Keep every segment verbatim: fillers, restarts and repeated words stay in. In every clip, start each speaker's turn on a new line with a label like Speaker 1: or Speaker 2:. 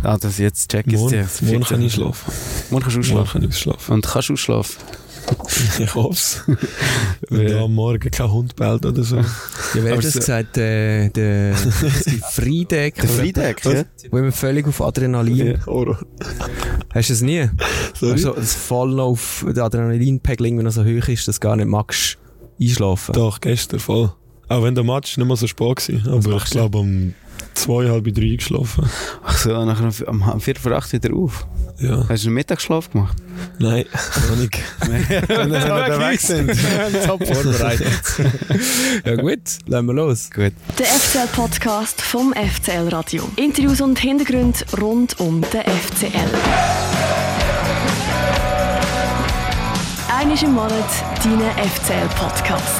Speaker 1: Ah, das jetzt check ich
Speaker 2: es. Morgen kann ich schlafen.
Speaker 1: Morgen kannst du ausschlafen?
Speaker 2: Morgen kann ich ausschlafen.
Speaker 1: Und kannst du ausschlafen?
Speaker 2: Ich hoffe es. Wenn da am Morgen kein Hund bellt oder so.
Speaker 3: Ja, wer hat das so gesagt? Der, der, der Friedeck.
Speaker 1: Der Friedeck, ja.
Speaker 3: Wo immer völlig auf Adrenalin.
Speaker 2: Ja, Horror.
Speaker 3: Hast du es nie?
Speaker 2: Sorry?
Speaker 3: Also, das Fallen auf den Adrenalinpegel, wenn er so hoch ist, dass du gar nicht magst einschlafen.
Speaker 2: Doch, gestern voll. Auch wenn der Match nicht mehr so spät war. Aber ich glaube, um zwei, halb drei geschlafen.
Speaker 1: Ach so, nachher am Viertel vor acht wieder auf.
Speaker 2: Ja.
Speaker 1: Hast du einen Mittagsschlaf gemacht?
Speaker 2: Nein, noch nicht. Wenn wir dann weg sind.
Speaker 3: Top vorbereitet. Ja gut, lassen wir los.
Speaker 1: Gut.
Speaker 4: Der F C L-Podcast vom F C L-Radio. Interviews und Hintergründe rund um den F C L. Einmal im Monat dein F C L-Podcast.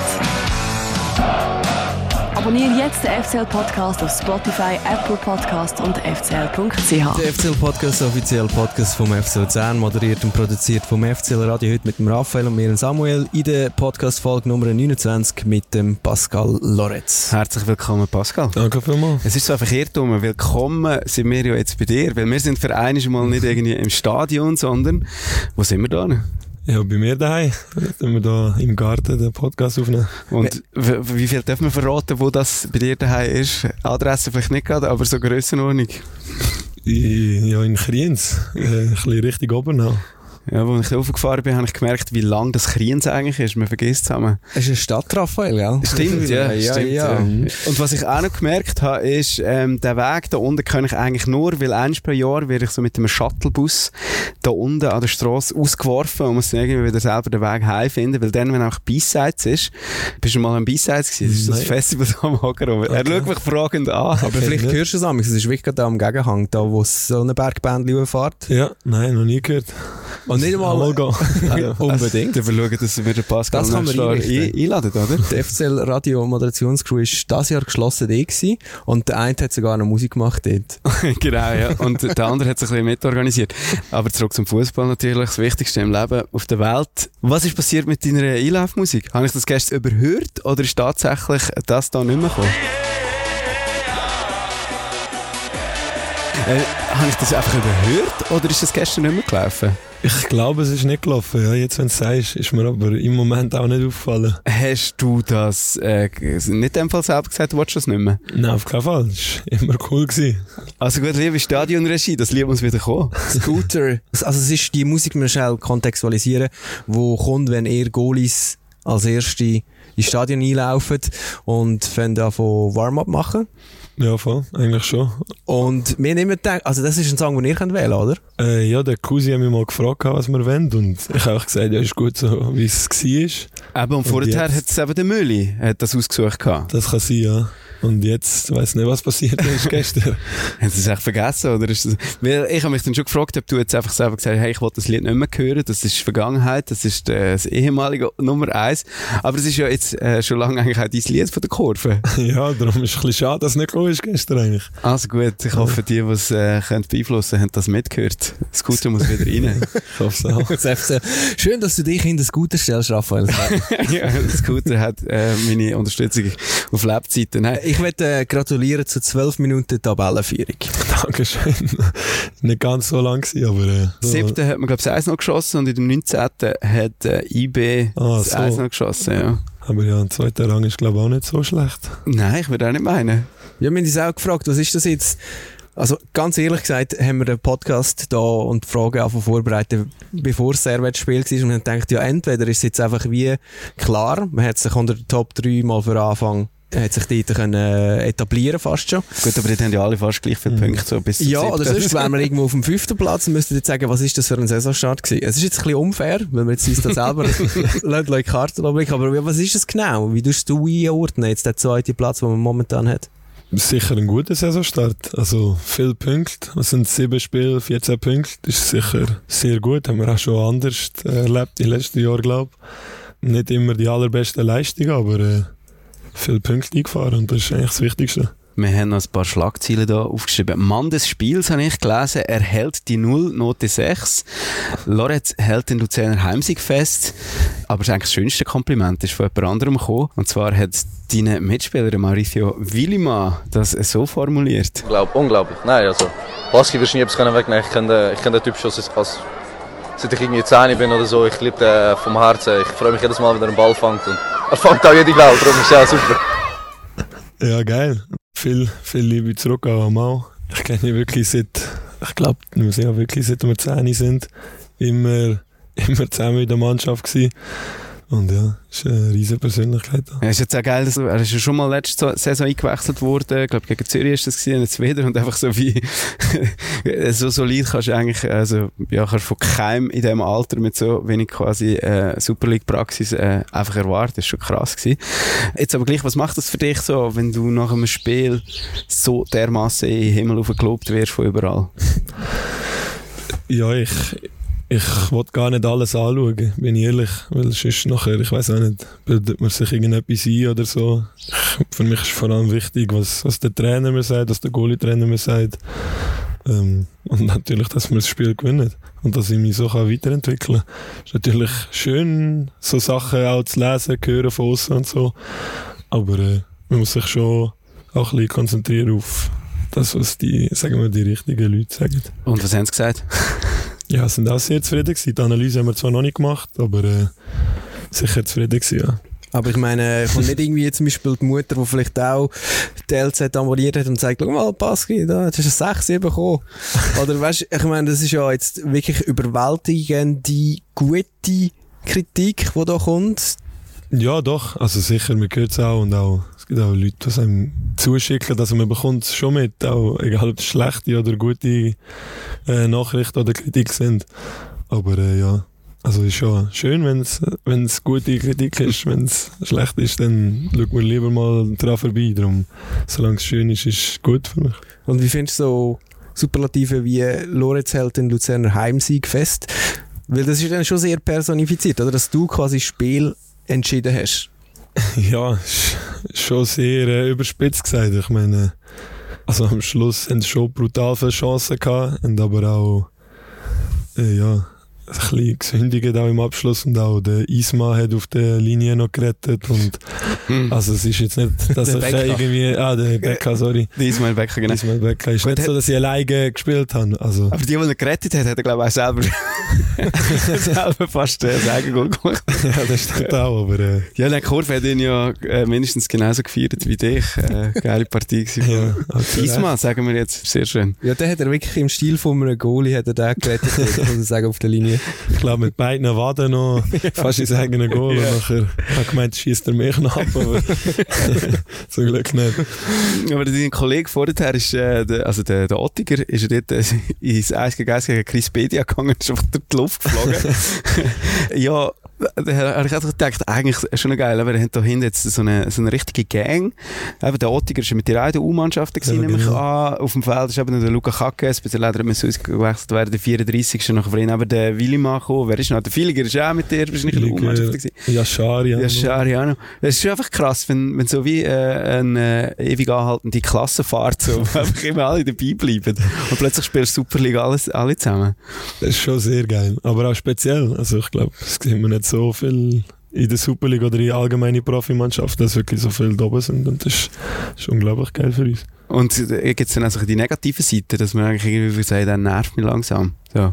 Speaker 4: Abonniere jetzt den F C L-Podcast auf Spotify, Apple Podcast und f c l punkt c h.
Speaker 3: Der F C L-Podcast, der offizielle Podcast vom F C Luzern, moderiert und produziert vom F C L-Radio, heute mit dem Raphael und mir, Samuel, in der Podcast-Folge Nummer neunundzwanzig mit dem Pascal Loretz.
Speaker 1: Herzlich willkommen, Pascal.
Speaker 2: Danke vielmals.
Speaker 1: Es ist so einfach irrtum. Willkommen sind wir ja jetzt bei dir, weil wir sind für einmal mal nicht irgendwie im Stadion, sondern wo sind wir da?
Speaker 2: Ja, bei mir daheim. Wenn wir da im Garten den Podcast aufnehmen.
Speaker 1: Und w- wie viel dürfen wir verraten, wo das bei dir daheim ist? Adresse vielleicht nicht gerade, aber so Grössenordnung.
Speaker 2: Ja, in Kriens. Äh, ein bisschen richtig oben noch.
Speaker 1: Ja, als ich aufgefahren bin, habe ich gemerkt, wie lang das Kriens eigentlich ist. Man vergisst es zusammen.
Speaker 3: Es ist eine Stadt, Raphael, gell?
Speaker 1: Stimmt, ja.
Speaker 3: ja,
Speaker 1: stimmt,
Speaker 3: ja.
Speaker 1: ja. Und was ich auch noch gemerkt habe, ist, ähm, den Weg da unten kann ich eigentlich nur, weil eins pro Jahr werde ich so mit einem Shuttlebus da unten an der Straße ausgeworfen und muss dann irgendwie wieder selber den Weg heimfinden, weil dann, wenn auch B-Sides ist, bist du mal am B-Sides gewesen? Das ist das
Speaker 2: Nein. Festival
Speaker 1: Festival da am Hockerow. Okay. Er schaut mich fragend an.
Speaker 3: Aber vielleicht hörst du es an, es ist wirklich da am Gegenhang, da wo so eine Bergbändchen fährt.
Speaker 2: Ja, nein, noch nie gehört.
Speaker 3: Und nicht einmal...
Speaker 2: Mal gehen.
Speaker 3: Unbedingt.
Speaker 1: Dann schauen, dass wir den Pascal
Speaker 3: Das kann man
Speaker 1: Jahr
Speaker 3: einrichten.
Speaker 1: ein- einladen, oder?
Speaker 3: Die F C L-Radio-Moderationscrew war dieses Jahr geschlossen da gewesen, und der eine hat sogar noch Musik gemacht dort.
Speaker 1: Genau, ja. Und der andere hat sich ein bisschen mitorganisiert. Aber zurück zum Fußball natürlich, das Wichtigste im Leben auf der Welt. Was ist passiert mit deiner Einlaufmusik? Habe ich das gestern überhört oder ist tatsächlich das da nicht mehr gekommen? Äh, habe ich das einfach überhört oder ist das gestern nicht mehr gelaufen?
Speaker 2: Ich glaube, es ist nicht gelaufen. Ja, jetzt, wenn du es sagst, ist mir aber im Moment auch nicht aufgefallen.
Speaker 1: Hast du das äh, nicht in dem Fall selber gesagt, du willst das nicht mehr?
Speaker 2: Nein, auf keinen Fall. Das war immer cool gewesen.
Speaker 1: Also gut, liebe Stadionregie, das Lied muss wieder kommen.
Speaker 3: Scooter. Also es ist die Musik, die wir schnell kontextualisieren, die kommt, wenn ihr Goalies als Erste ins Stadion einlaufen und fangen an von Warm-up machen.
Speaker 2: Ja, voll. Eigentlich schon.
Speaker 3: Und wir nehmen gedacht, also das ist ein Song, den ihr könnt wählen, oder?
Speaker 2: Äh, ja, der Cousin hat mich mal gefragt, was wir wollen. Und ich habe auch gesagt, ja, ist gut so, wie es war.
Speaker 1: Eben, und, und vorher hat es eben der Mülli hat das ausgesucht gehabt.
Speaker 2: Das kann sein, ja. Und jetzt weiss nicht, was passiert ist gestern.
Speaker 1: Haben sie es echt vergessen? Oder ist das, weil ich habe mich dann schon gefragt, ob du jetzt einfach selber gesagt hast, hey, ich will das Lied nicht mehr hören, das ist Vergangenheit, das ist äh, das ehemalige Nummer eins. Aber es ist ja jetzt äh, schon lange eigentlich auch dein Lied von der Kurve.
Speaker 2: Ja, darum ist es ein bisschen schade, dass es nicht gekommen ist gestern eigentlich.
Speaker 1: Also gut, ich hoffe, die, die es äh, beeinflussen können, haben das mitgehört. Das Scooter muss wieder rein.
Speaker 2: Ich hoffe es auch.
Speaker 3: Das F C. Schön, dass du dich in das Scooter stellst, Raphael.
Speaker 1: Ja, das Scooter hat äh, meine Unterstützung auf Lebzeiten. Nein.
Speaker 3: Ich möchte äh, gratulieren zu zwölf Minuten Tabellenführung.
Speaker 2: Dankeschön. Nicht ganz so lang gewesen, aber... Äh, so.
Speaker 1: siebten hat man, glaube ich, das eins noch geschossen und in dem neunzehnten hat äh, I B
Speaker 2: Ah,
Speaker 1: das
Speaker 2: so.
Speaker 1: eins noch geschossen, ja.
Speaker 2: Aber ja, ein zweiter Rang ist, glaube ich, auch nicht so schlecht.
Speaker 1: Nein, ich würde auch nicht meinen.
Speaker 3: Ja, wir haben uns auch gefragt, was ist das jetzt? Also ganz ehrlich gesagt haben wir den Podcast da und die Fragen einfach vorbereitet, bevor das Servet-Spiel war, und wir haben gedacht, ja, entweder ist es jetzt einfach wie klar, man hat sich unter den Top drei mal für Anfang hat sich dort können, äh, etablieren fast schon.
Speaker 1: Gut, aber die haben ja alle fast gleich viele Punkte. So bis
Speaker 3: Ja,
Speaker 1: zum
Speaker 3: oder
Speaker 1: siebten.
Speaker 3: sonst wären wir irgendwo auf dem fünften Platz und müssten jetzt sagen, was ist das für ein Saisonstart gewesen. Es ist jetzt ein bisschen unfair, weil wir jetzt uns da selber lassen, lassen Karten überblicken, aber was ist das genau? Wie tust du einordnen, jetzt den zweiten Platz, den man momentan hat?
Speaker 2: Sicher ein guter Saisonstart. Also viele Punkte. Es sind sieben Spiele, vierzehn Punkte. Das ist sicher sehr gut. Haben wir auch schon anders erlebt in den letzten Jahren, glaube ich. Nicht immer die allerbesten Leistungen, aber äh, viele Punkte eingefahren und das ist eigentlich das Wichtigste.
Speaker 1: Wir haben noch ein paar Schlagzeilen hier aufgeschrieben. Mann des Spiels habe ich gelesen, er hält die Null, Note sechs. Loretz hält den Luzerner Heimsieg fest. Aber das, ist eigentlich das schönste Kompliment ist von jemand anderem gekommen. Und zwar hat dein Mitspieler Mauricio Wilima das so formuliert.
Speaker 5: Unglaublich, unglaublich. Nein, also Baski wirst du nie etwas wegnehmen. Ich kenne den, ich kenn den Typ schon seit, seit ich irgendwie zehn bin oder so. Ich liebe den vom Herzen. Ich freue mich jedes Mal, wenn er einen Ball fängt. Und er fängt auch jede Goal, darum ist ja super.
Speaker 2: Ja, geil. Viel, viel Liebe zurück auch am Au. Ich kenne ihn wirklich seit, ich glaube, wir sind ja wirklich seit wir zehn sind, immer, immer zusammen in der Mannschaft gewesen. Und ja, ist eine riesige Persönlichkeit.
Speaker 1: Ja, ist jetzt auch geil, dass er, er ist ja schon mal letzte Saison eingewechselt worden. Ich glaube, gegen Zürich ist das gewesen, jetzt wieder. Und einfach so wie, so solid kannst du eigentlich, also, ja, kannst von keinem in diesem Alter mit so wenig quasi, äh, Super League Praxis, äh, einfach erwarten. Das ist schon krass gewesen. Jetzt aber gleich, was macht das für dich so, wenn du nach einem Spiel so dermassen in den Himmel aufgelobt wirst von überall?
Speaker 2: Ja, ich, Ich wollte gar nicht alles anschauen, bin ich ehrlich, weil sonst nachher, ich weiss auch nicht, bildet man sich irgendetwas ein oder so. Für mich ist vor allem wichtig, was, was der Trainer mir sagt, was der Goalie-Trainer mir sagt. Ähm, und natürlich, dass wir das Spiel gewinnen und dass ich mich so kann weiterentwickeln kann. Es ist natürlich schön, so Sachen auch zu lesen, hören von außen und so, aber äh, man muss sich schon auch ein bisschen konzentrieren auf das, was die, sagen wir, die richtigen Leute sagen.
Speaker 1: Und was haben sie gesagt?
Speaker 2: Ja, sind auch sehr zufrieden gewesen. Die Analyse haben wir zwar noch nicht gemacht, aber äh, sicher zufrieden gewesen, ja.
Speaker 3: Aber ich meine, kommt nicht irgendwie zum Beispiel die Mutter, die vielleicht auch die L Z abonniert hat und sagt, schau mal, Baski, da hast du eine sechs bekommen. Oder weißt du, ich meine, das ist ja jetzt wirklich überwältigende, gute Kritik, die da kommt.
Speaker 2: Ja, doch. Also sicher, man hört es auch und auch, es gibt auch Leute, die einem zuschicken, dass man bekommt es schon mit, auch egal ob es schlechte oder gute äh, Nachrichten oder Kritik sind. Aber äh, ja, also es ist schon schön, wenn es gute Kritik ist. Wenn es schlecht ist, dann schaut man lieber mal dran vorbei. Darum, solange es schön ist, ist es gut für mich.
Speaker 3: Und wie findest du so Superlative wie Loretz hält den Luzerner Heimsieg fest? Weil das ist dann schon sehr personifiziert, oder? Dass du quasi das Spiel entschieden hast.
Speaker 2: Ja, ist schon sehr äh, überspitzt gesagt. Ich meine, also am Schluss haben sie schon brutal viele Chancen gehabt, und aber auch äh, ja, ein bisschen gesündigt auch im Abschluss, und auch der Isma hat auf der Linie noch gerettet und hm. also es ist jetzt nicht, dass ich irgendwie, ah, der Becker, sorry.
Speaker 1: Der Ismail Becker, genau.
Speaker 2: Ismail Becker. Ist nicht so, dass ich alleine gespielt habe. Also.
Speaker 1: Aber die, die er gerettet hat, hat er glaube ich auch selber, selber fast äh, das Eigengoal gemacht.
Speaker 2: Ja, das stimmt auch, aber äh.
Speaker 1: ja, der Kurve hat ihn ja äh, mindestens genauso gefeiert wie dich. Äh, geile Partie gewesen. Ja, okay. Isma, sagen wir jetzt, sehr schön.
Speaker 3: Ja, der hat er wirklich im Stil von einem Goalie hat er den gerettet, muss ich sagen, auf der Linie.
Speaker 2: Ich glaube, mit beiden Waden noch fast ins eigene Goal. Ja. Und nachher hat er gemeint, schießt er mich noch ab, aber zum Glück nicht.
Speaker 1: Aber dein Kollege vorher ist, äh, der, also der, der Ottiger, ist er dort äh, ins eins gegen eins gegen Chris Bedia gegangen und ist einfach durch die Luft geflogen. Ja, da habe ich auch gedacht, eigentlich schon geil, aber wir haben da hinten jetzt so eine, so eine richtige Gang. Eben der Ottiger war mit der U-Mannschaft gewesen, ja, nehme ich an. Auf dem Feld ist eben noch der Luca Kackes, bei der leider müssen ausgewechselt werden, der vierunddreißigste nach vorhin, aber der Wilima gekommen. Wer ist noch? Der Filiger ist auch mit dir wahrscheinlich in der U-Mannschaft gewesen.
Speaker 2: Yashari.
Speaker 1: Yashari auch noch. Es ist einfach krass, wenn, wenn so wie äh, eine äh, ewig anhaltende Klassenfahrt so einfach immer alle dabei bleiben und plötzlich spielst du Super League alles, alle zusammen.
Speaker 2: Das ist schon sehr geil, aber auch speziell. Also ich glaube, das sehen wir nicht so viel in der Super League oder in allgemeine Profimannschaft, dass wirklich so viele da oben sind, und das ist, das ist unglaublich geil für uns.
Speaker 1: Und äh, gibt es dann also die negative Seite, dass man eigentlich irgendwie sagt, der nervt mich langsam? So.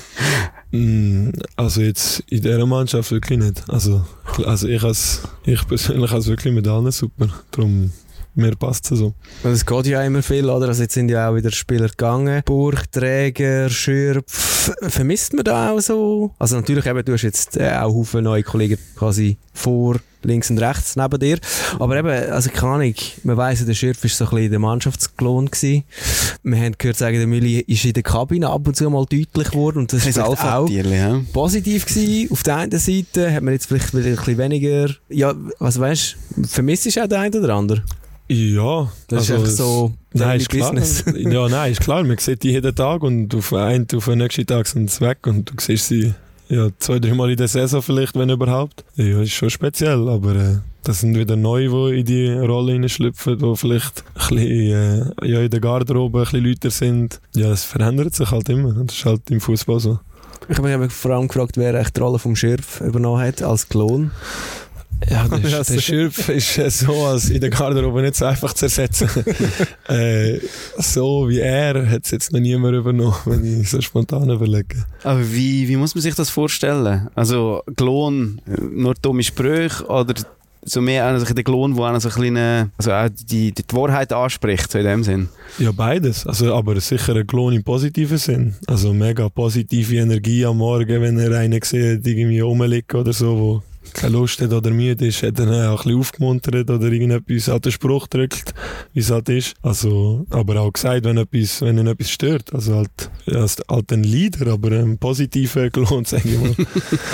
Speaker 2: Also jetzt in dieser Mannschaft wirklich nicht. Also, also ich, has, ich persönlich habe es wirklich mit allen super. Darum mir passt es so.
Speaker 3: Es geht ja immer viel, oder? Also jetzt sind ja auch wieder Spieler gegangen. Burg, Träger, Schürpf. Vermisst man da auch so? Also natürlich eben, du hast jetzt äh, auch Haufen neue Kollegen quasi vor, links und rechts neben dir. Aber eben, also keine Ahnung, man weiss, der Schürpf war so ein bisschen der Mannschaftsklon gewesen. Wir haben gehört sagen, der Mülli ist in der Kabine ab und zu mal deutlich geworden, und das ist auch
Speaker 1: ja.
Speaker 3: positiv gewesen. Auf der einen Seite hat man jetzt vielleicht ein bisschen weniger, ja, was weisst du, vermisst du auch der eine oder andere?
Speaker 2: Ja,
Speaker 3: das also ist einfach so
Speaker 2: nein, ist Business. Klar. Ja, nein, ist klar. Man sieht die jeden Tag und auf einen, auf den nächsten Tag sind sie weg und du siehst sie ja, zwei, dreimal in der Saison vielleicht, wenn überhaupt. Ja, ist schon speziell, aber äh, das sind wieder Neue, die in die Rolle hineinschlüpfen, die vielleicht ein bisschen, äh, ja, in der Garderobe ein bisschen Leute sind. Ja, das verändert sich halt immer. Das ist halt im Fußball so.
Speaker 3: Ich habe mich vor allem gefragt, wer echt die Rolle vom Schürf übernommen hat als Klon.
Speaker 2: Ja, der, der Schürf ist äh, so als in der Garderobe nicht so einfach zu ersetzen. äh, so wie er hat es jetzt noch niemand übernommen, wenn ich so spontan überlege.
Speaker 1: Aber wie, wie muss man sich das vorstellen? Also Klon, nur dumme Sprüche oder so mehr also der Klon, der auch so ein kleine, also auch die, die, die Wahrheit anspricht, so in dem Sinn?
Speaker 2: Ja, beides. Also, aber sicher ein Klon im positiven Sinn. Also mega positive Energie am Morgen, wenn er einen sieht, irgendwie rumliegt oder so, wo keine Lust hat oder müde ist, hat er ihn auch ein bisschen aufgemuntert oder irgendetwas an den Spruch drückt, wie es halt ist. Also, aber auch gesagt, wenn, etwas, wenn ihn etwas stört. Also halt, ja, halt ein Leader, aber ein positiver Klon, sage ich mal.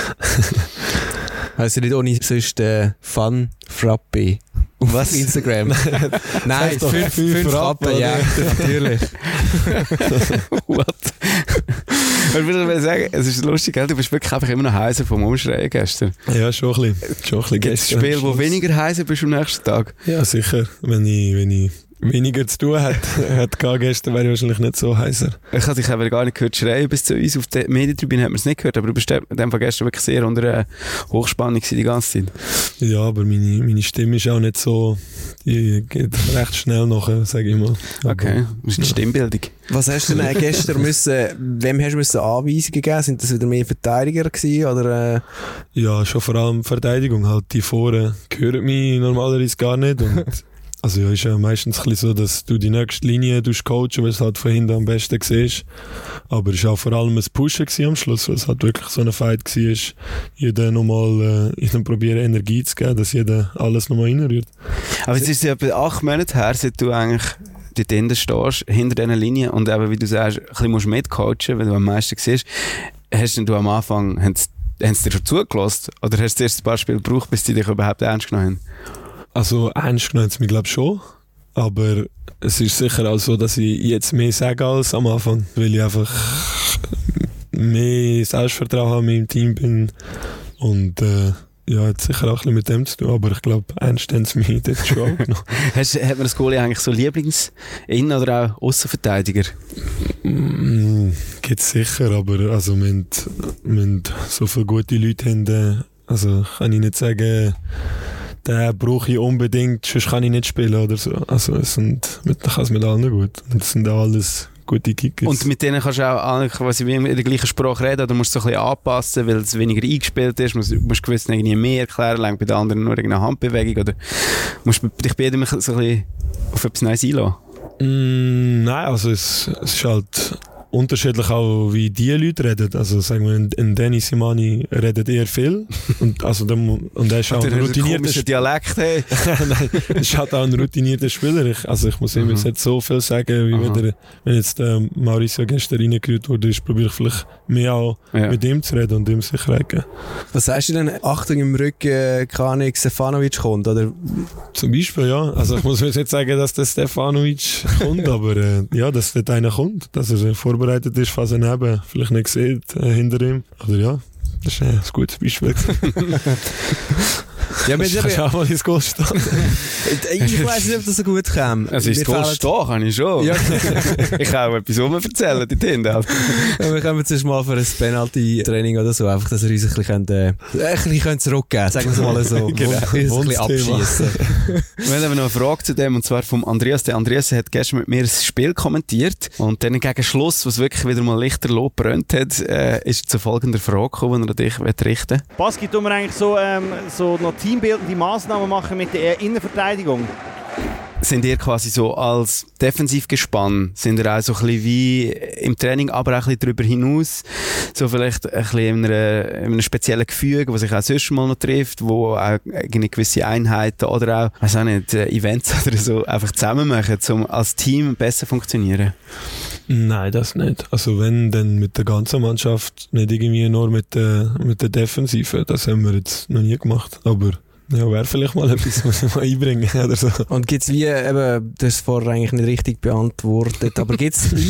Speaker 3: Also nicht ohne sonst äh, Fun Frappe auf
Speaker 1: Was?
Speaker 3: Instagram. Nein, fünf, fünf, fünf Frappen, ja, natürlich.
Speaker 1: What? Ich würde sagen, es ist lustig, gell? Du bist wirklich einfach immer noch heiser vom Umschreien gestern.
Speaker 2: Ja, schon ein bisschen. Schon ein bisschen
Speaker 1: Gibt es ein Spiel, wo weniger heiser bist am nächsten Tag?
Speaker 2: Ja, sicher. Wenn ich, wenn ich weniger zu tun hätte, hätte gestern, wäre ich wahrscheinlich nicht so heiser.
Speaker 1: Ich habe dich aber gar nicht gehört schreien bis zu uns. Auf der Medientribüne hat man es nicht gehört, aber du bist in dem Fall gestern wirklich sehr unter äh, Hochspannung die ganze Zeit.
Speaker 2: Ja, aber meine, meine Stimme ist auch nicht so, die geht recht schnell nachher, sage ich mal. Aber,
Speaker 1: okay, das ist die Stimmbildung.
Speaker 3: Was hast du denn gestern müssen, wem hast du müssen Anweisungen geben? Sind das wieder mehr Verteidiger gewesen, oder? Äh?
Speaker 2: Ja, schon vor allem Verteidigung. Halt die Vorne hören mich normalerweise gar nicht. Und also ja, ist ja meistens ein bisschen so, dass du die nächste Linie coachen, weil es halt von hinten am besten siehst. Aber es war auch vor allem ein Pushen am Schluss, weil es halt wirklich so ein Fight war, jeder nochmal äh, ihnen probieren Energie zu geben, dass jeder alles nochmal reinrührt.
Speaker 1: Aber jetzt ist es ja etwa acht Monate her, seit du eigentlich dort hinten stehst, hinter dieser Linie und eben, wie du sagst, ein bisschen musst mitcoachen, weil du am meisten siehst. Hast denn du am Anfang, haben sie dir schon zugelassen? Oder hast du erst ein paar Spiele gebraucht, bis sie dich überhaupt ernst genommen haben?
Speaker 2: Also ernst genommen mich glaube ich schon, aber es ist sicher auch so, dass ich jetzt mehr sage als am Anfang, weil ich einfach mehr Selbstvertrauen habe, in meinem Team bin und äh, ja, hat sicher auch ein bisschen mit dem zu tun, aber ich glaube, ernst haben sie mich dort schon auch genommen.
Speaker 1: Hast, hat man das Goalie eigentlich so Lieblings-Innen- oder auch Aussenverteidiger?
Speaker 2: Mm, gibt es sicher, aber also wir haben, wir haben so viele gute Leute haben, also kann ich nicht sagen, den brauche ich unbedingt, sonst kann ich nicht spielen oder so. Also es sind, mit, kann es mit allen gut. Und es sind auch alles gute Kickers.
Speaker 1: Und mit denen kannst du auch alle quasi wie in der gleichen Sprache reden oder musst du so ein bisschen anpassen, weil es weniger eingespielt ist, musst, musst gewiss irgendwie mehr erklären, lang bei den anderen nur eine Handbewegung oder musst du dich bei jedem so ein bisschen auf etwas Neues einlassen?
Speaker 2: Mm, nein, also es, es ist halt unterschiedlich auch, wie die Leute reden. Also sagen wir, ein, ein Danny Simani redet eher viel. Und, also der, und er ist auch ein routinierter Spieler.
Speaker 1: Dialekt, hey.
Speaker 2: Nein, er ist halt auch ein routinierter Spieler. Ich, also ich muss ihm jetzt nicht so viel sagen, wie wenn, der, wenn jetzt der Mauricio gestern reingerührt wurde, ist, probiere ich vielleicht mehr auch ja. mit ihm zu reden und ihm Sicherheit geben.
Speaker 3: Was sagst du denn? Achtung, im Rücken kann Stefanovic kommt, oder?
Speaker 2: Zum Beispiel, ja. Also ich muss jetzt nicht sagen, dass der Stefanovic kommt, aber äh, ja, dass dort einer kommt, dass er vor vorbereitet ist, falls er neben vielleicht nicht sieht, äh, hinter ihm. Oder ja, das ist äh, ein gutes Beispiel. Ja, aber ich kann auch mal ins Goal stehen.
Speaker 3: Ich weiss nicht, ob das so gut käme.
Speaker 1: Also ins Goal stehen kann ich schon. Ja. Ich kann auch etwas erzählen, die Tinte. Ja,
Speaker 3: wir kommen zuerst mal für ein Penalty-Training oder so, einfach, dass wir uns ein bisschen, äh, ein bisschen zurückgeben, sagen wir es mal so.
Speaker 1: Genau.
Speaker 3: Uns ein bisschen abschießen.
Speaker 1: Wir haben aber noch eine Frage zu dem, und zwar vom Andreas. Der Andreas hat gestern mit mir ein Spiel kommentiert und dann gegen Schluss, was wirklich wieder mal lichterloh gebrannt hat, äh, ist zu folgender Frage gekommen, die er dich richten will.
Speaker 6: Baski, tun wir eigentlich so, ähm, so noch teambildende Massnahmen machen mit der Innenverteidigung?
Speaker 1: Sind ihr quasi so als Defensivgespann, sind ihr auch so ein bisschen wie im Training, aber auch ein bisschen darüber hinaus, so vielleicht ein bisschen in, einer, in einem speziellen Gefüge, was sich auch sonst mal noch trifft, wo auch eine gewisse Einheiten oder auch, weiß auch nicht, Events oder so einfach zusammen machen, um als Team besser funktionieren?
Speaker 2: Nein, das nicht. Also wenn, dann mit der ganzen Mannschaft, nicht irgendwie nur mit der, mit der Defensive. Das haben wir jetzt noch nie gemacht. Aber Ja, wäre vielleicht mal etwas, was ich mal einbringen oder so.
Speaker 3: Und gibt es wie, eben, du hast es vorher eigentlich nicht richtig beantwortet, aber gibt es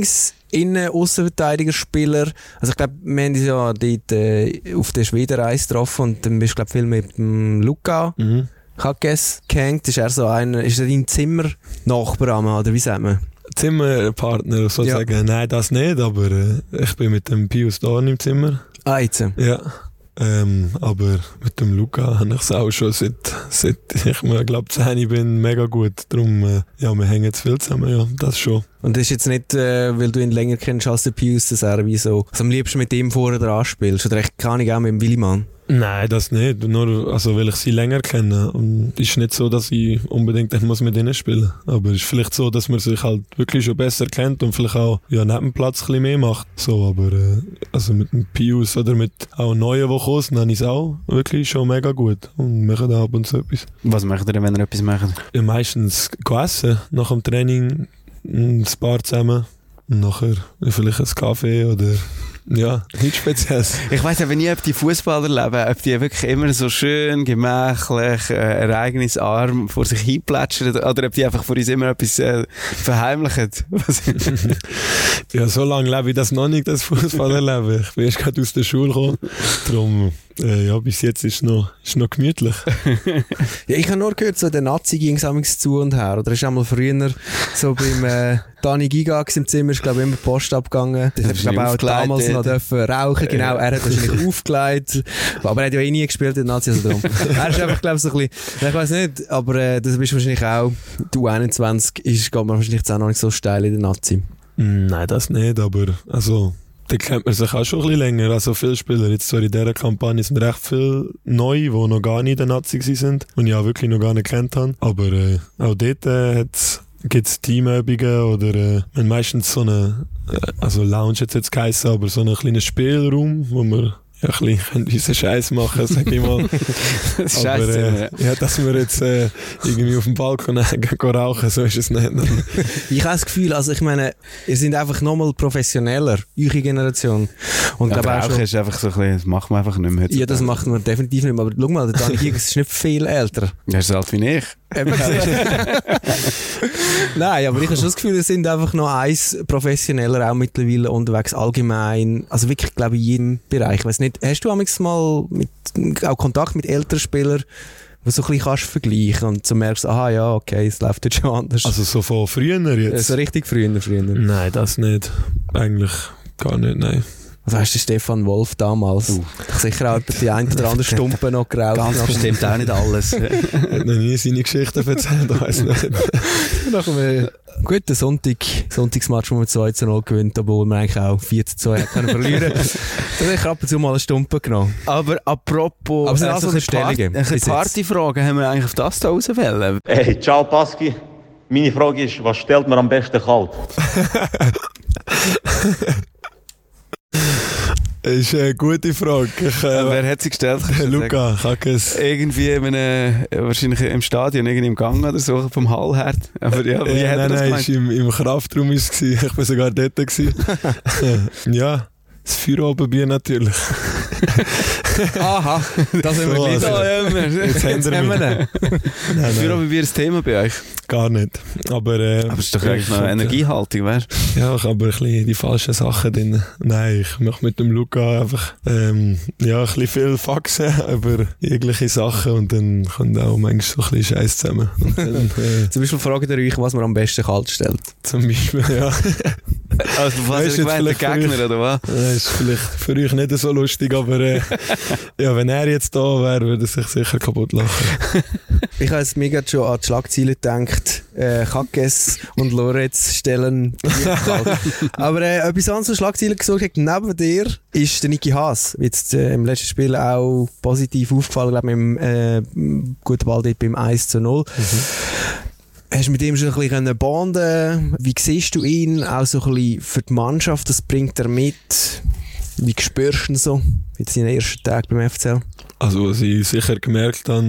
Speaker 3: Lieblings-Innen-Aussenverteidiger-Spieler? Also ich glaube, wir haben uns ja dort äh, auf der Schwedenreise getroffen und dann bist du glaube viel mit dem Luca
Speaker 2: Mhm.
Speaker 3: Kackes gehängt. Ist er so einer, ist er dein Zimmernachbar, oder wie sagt man?
Speaker 2: Zimmerpartner sozusagen. Ja. Nein, das nicht, aber äh, ich bin mit dem Pius Dorn im Zimmer.
Speaker 3: Ah, jetzt.
Speaker 2: Ja. Ähm, aber mit dem Luca habe ich es auch schon seit, seit ich glaube zehn bin mega gut. Darum, äh, ja, wir hängen zu viel zusammen, ja, das schon.
Speaker 3: Und das ist jetzt nicht, äh, weil du ihn länger kennst als der Pius, dass er wie so, also am liebsten mit ihm vorher dran spielst, oder echt keine Ahnung, auch mit dem Willimann?
Speaker 2: Nein, das nicht. Nur, also, weil ich sie länger kenne. Und es ist nicht so, dass ich unbedingt muss mit ihnen spielen muss. Aber es ist vielleicht so, dass man sich halt wirklich schon besser kennt und vielleicht auch ja, neben dem Platz ein bisschen mehr macht. So, aber äh, also mit dem Pius oder mit auch Neuen, die kommen, dann habe ich es auch wirklich schon mega gut. Und machen da ab und zu etwas.
Speaker 1: Was macht ihr denn, wenn ihr etwas macht?
Speaker 2: Ja, meistens essen. Nach dem Training ein paar zusammen. Und nachher vielleicht ein Kaffee oder... Ja, nichts Spezielles.
Speaker 1: Ich weiss eben nie, ob die Fußballer leben, ob die wirklich immer so schön, gemächlich, äh, ereignisarm vor sich hinplätschern oder ob die einfach vor uns immer etwas äh, verheimlichen.
Speaker 2: Ja, so lange lebe ich das noch nicht, das Fußballerleben. Ich bin erst gerade aus der Schule gekommen. Darum, äh, ja, bis jetzt ist es noch, ist noch gemütlich.
Speaker 3: Ja, ich habe nur gehört, so der Nazi ging es zu und her. Oder ist einmal früher so beim äh, Dani Gigax im Zimmer, ist glaube ich immer Post abgegangen. Das hat glaube auch damals noch dürfen rauchen. Genau, er hat wahrscheinlich aufgelegt. Aber er hat ja eh nie gespielt, der Nazi, also darum. Er ist einfach, glaube ich, so ein bisschen, ich weiss nicht, aber äh, das bist wahrscheinlich auch, du einundzwanzig, ist, geht man wahrscheinlich jetzt auch noch nicht so steil in der Nazi.
Speaker 2: Nein, das nicht, aber also, da kennt man sich auch schon ein bisschen länger. Also viele Spieler, jetzt zwar in dieser Kampagne sind recht viele neu, die noch gar nicht in der Nazi sind und ich auch wirklich noch gar nicht kennt haben. Aber äh, auch dort äh, gibt es Teamübungen oder äh, man meistens so eine, äh, also Lounge hat es jetzt geheißen, aber so einen kleinen Spielraum, wo man ja, ein bisschen unseren Scheiß machen, sag ich mal. Aber äh, ja, dass wir jetzt äh, irgendwie auf dem Balkon gehen rauchen, so ist es nicht.
Speaker 3: Ich habe das Gefühl, also ich meine, ihr seid einfach nochmal professioneller, eure Generation. Und
Speaker 1: ja,
Speaker 3: glaube auch schon,
Speaker 1: ist einfach so ein bisschen, das macht man einfach nicht mehr.
Speaker 3: Ja, das macht man definitiv nicht mehr. Aber schau mal, der Dani Gigax ist nicht viel älter.
Speaker 1: Ja, ist so alt wie ich.
Speaker 3: Eben Nein, aber ich habe schon das Gefühl, wir sind einfach noch eins professioneller auch mittlerweile unterwegs, allgemein. Also wirklich, glaube ich, in jedem Bereich. Ich weiss nicht, hast du mal mit, auch Kontakt mit älteren Spielern, wo du so ein bisschen kannst vergleichen und so merkst, aha, ja, okay, es läuft jetzt schon anders.
Speaker 2: Also so von früher jetzt?
Speaker 3: So richtig früher, früher.
Speaker 2: Nein, das nicht. Eigentlich gar nicht, nein.
Speaker 3: Also hast du Stefan Wolf damals? Uh. Ich sicher auch die ein oder andere Stumpe noch geraucht.
Speaker 1: Ganz bestimmt auch nicht alles.
Speaker 2: Er hat noch nie seine Geschichten erzählt, ich weiss nicht.
Speaker 3: Nach einem guten Sonntag, Sonntagsmatch, wo man zwei zu null gewinnt, obwohl man eigentlich auch vier zu zwei hat können verlieren. Dann habe ich ab und zu mal eine Stumpe genommen.
Speaker 1: Aber apropos,
Speaker 3: Aber es sind also Stellungen.
Speaker 1: Eine Partyfrage haben wir eigentlich auf das da auswählen.
Speaker 7: Hey, ciao Paschi. Meine Frage ist, was stellt man am besten kalt?
Speaker 2: Das ist eine gute Frage. Ich, äh,
Speaker 1: Wer hat sie gestellt?
Speaker 2: Luca Kackes.
Speaker 1: Irgendwie in einem, wahrscheinlich im Stadion, irgendwie im Gang oder so, vom Hall her. Aber ja, wie
Speaker 2: äh,
Speaker 1: hat
Speaker 2: nein,
Speaker 1: er das
Speaker 2: nein, im, im Kraftraum war es. Ich war sogar dort. Ja, das Feuerobenbier natürlich.
Speaker 3: Aha, das haben wir
Speaker 2: so,
Speaker 3: gelesen.
Speaker 2: Also,
Speaker 3: jetzt, jetzt haben wir
Speaker 1: ihn. Feuerobenbier ist das Thema bei euch?
Speaker 2: Gar nicht. Aber, äh,
Speaker 1: aber es ist doch eigentlich noch energiehaltig, weißt
Speaker 2: du? Ja, ich habe ein bisschen die falschen Sachen drin. Nein, ich mache mit dem Luca einfach ähm, ja, ein bisschen viel Faxen über jegliche Sachen und dann kommt auch manchmal so ein bisschen Scheiß zusammen. Und dann, äh,
Speaker 3: zum Beispiel fragt ihr euch, was man am besten kalt stellt.
Speaker 2: Zum Beispiel, ja.
Speaker 1: Also, was ist der Gegner, euch, oder was?
Speaker 2: Das ist vielleicht für euch nicht so lustig, aber äh, ja, wenn er jetzt da wäre, würde er sich sicher kaputt lachen.
Speaker 3: Ich habe jetzt mega schon an die Schlagzeilen gedacht. Äh, Kackes und Loretz stellen. Aber äh, etwas anderes Schlagzeilen gesorgt hat neben dir ist der Niki Haas. Jetzt äh, im letzten Spiel auch positiv aufgefallen, glaube ich, im äh, guten Ball dort beim eins zu null. Mhm. Hast du mit ihm schon ein bisschen bonden? Wie siehst du ihn? Auch so ein bisschen für die Mannschaft, das bringt er mit. Wie spürst du ihn so? Jetzt in den ersten Tagen beim F C L?
Speaker 2: Also, was ich sicher gemerkt habe,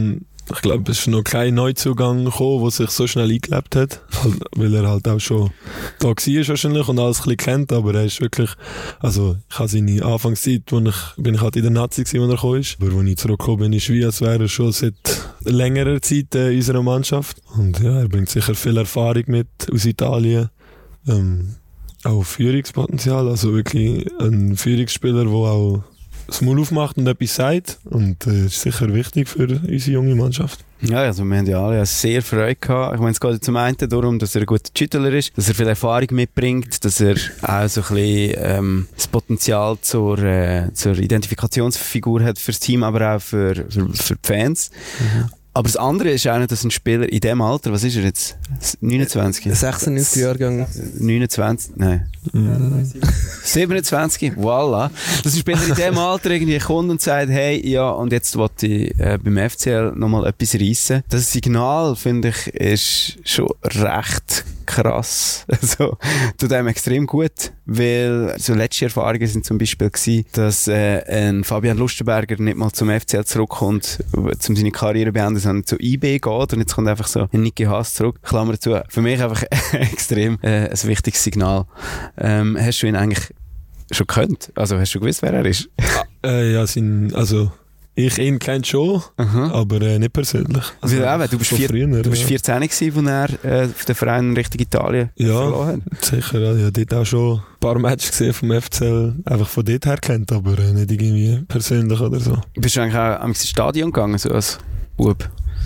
Speaker 2: ich glaube, es ist noch kein Neuzugang gekommen, der sich so schnell eingelebt hat, weil er halt auch schon da war wahrscheinlich und alles ein bisschen kennt, aber er ist wirklich, also ich habe seine Anfangszeit, wo ich, bin ich halt in der Nazi gewesen, wo er gekommen ist, aber als ich zurückgekommen bin, ist wie, als wäre er schon seit längerer Zeit in unserer Mannschaft und ja, er bringt sicher viel Erfahrung mit aus Italien, ähm, auch Führungspotenzial, also wirklich ein Führungsspieler, der auch das Maul aufmacht und etwas sagt und das äh, ist sicher wichtig für unsere junge Mannschaft.
Speaker 1: Ja, also wir haben ja alle sehr Freude gehabt. Ich meine, es geht zum einen darum, dass er ein guter Schüttler ist, dass er viel Erfahrung mitbringt, dass er auch so ein bisschen ähm, das Potenzial zur, äh, zur Identifikationsfigur hat fürs Team, aber auch für, für, für die Fans. Mhm. Aber das andere ist auch nicht, dass ein Spieler in dem Alter, was ist er jetzt? neunundzwanzig?
Speaker 3: sechsundneunzig Jahrgang.
Speaker 1: neunundzwanzig? Nein. Mhm. siebenundzwanzig? Voilà. Dass ein Spieler in dem Alter irgendwie kommt und sagt, hey, ja, und jetzt wollte ich äh, beim F C L nochmal etwas reissen. Das Signal, finde ich, ist schon recht krass. Also, tut einem extrem gut. Weil so letzte Erfahrungen sind zum Beispiel gewesen, dass äh, ein Fabian Lustenberger nicht mal zum F C L zurückkommt, um seine Karriere zu beenden, sondern zu I B geht und jetzt kommt einfach so ein Niki Haas zurück. Klammer zu. Für mich einfach extrem äh, ein wichtiges Signal. Ähm, hast du ihn eigentlich schon gekannt? Also hast du gewusst, wer er ist?
Speaker 2: äh, ja, sein, also ich ihn kenne schon,
Speaker 1: Aha.
Speaker 2: aber äh, nicht persönlich.
Speaker 1: Also, also, du bist, vier, früher, du bist ja. vierzehn gewesen, als er äh, den Verein Richtung Italien
Speaker 2: ja,
Speaker 1: verloren hat.
Speaker 2: Sicher. Ja, ich habe dort auch schon ein paar Matches gesehen vom F C L, einfach von dort her kennt, aber äh, nicht irgendwie persönlich oder so.
Speaker 1: Bist du eigentlich auch ins Stadion gegangen, so als Bub?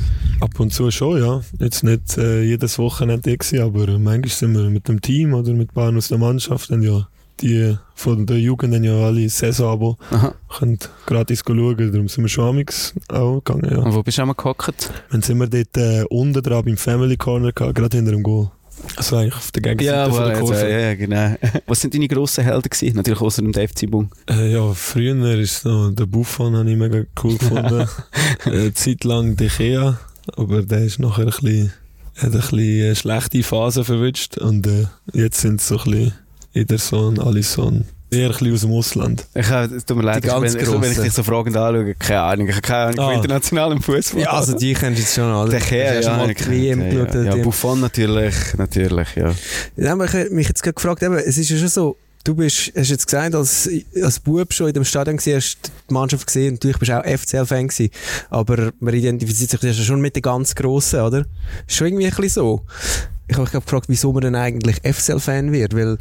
Speaker 2: Ab und zu schon, ja. Jetzt nicht äh, jedes Wochenende gewesen, aber äh, manchmal sind wir mit dem Team oder mit ein paar aus der Mannschaft, dann ja die von der Jugend haben ja alle Saison-Abo, können gratis schauen, darum sind wir schon amigs auch gegangen. Ja.
Speaker 1: Und wo bist du einmal gehockt?
Speaker 2: Dann sind wir dort äh, unten dran beim Family Corner gehabt, gerade hinter dem Goal. Also eigentlich auf der Gegenseite
Speaker 1: ja,
Speaker 2: von der Kurve.
Speaker 1: Ja, ja, genau. Was sind deine grossen Helden gewesen? Natürlich außer dem F C Bung.
Speaker 2: Äh, ja, früher ist noch der Buffon, habe ich mega cool gefunden. äh, Zeitlang De Gea, aber der ist nachher ein bisschen, hat ein bisschen eine schlechte Phase verwünscht und äh, jetzt sind es so ein bisschen Ederson, Alisson, eher ein bisschen aus dem Ausland.
Speaker 1: Ich habe, es tut mir leid, ich, wenn, ich, wenn ich dich so fragend anschaue, keine Ahnung, ich habe keine Ahnung ah. von internationalem Fußball.
Speaker 3: Ja, also die kennst du jetzt schon alle.
Speaker 1: Der Kerl, ja,
Speaker 3: mal die W M
Speaker 1: ja, ja, ja, Buffon natürlich, natürlich, ja.
Speaker 3: Ja, aber ich habe mich jetzt gerade gefragt, eben, es ist ja schon so, du bist, hast jetzt gesagt, als, als Bub schon in dem Stadion gesehen, hast die Mannschaft gesehen, natürlich bist du auch F C L-Fan gewesen, aber man identifiziert sich ja schon mit den ganz Grossen, oder? Ist schon irgendwie ein bisschen so. Ich habe mich gefragt, wieso man denn eigentlich F C L-Fan wird, weil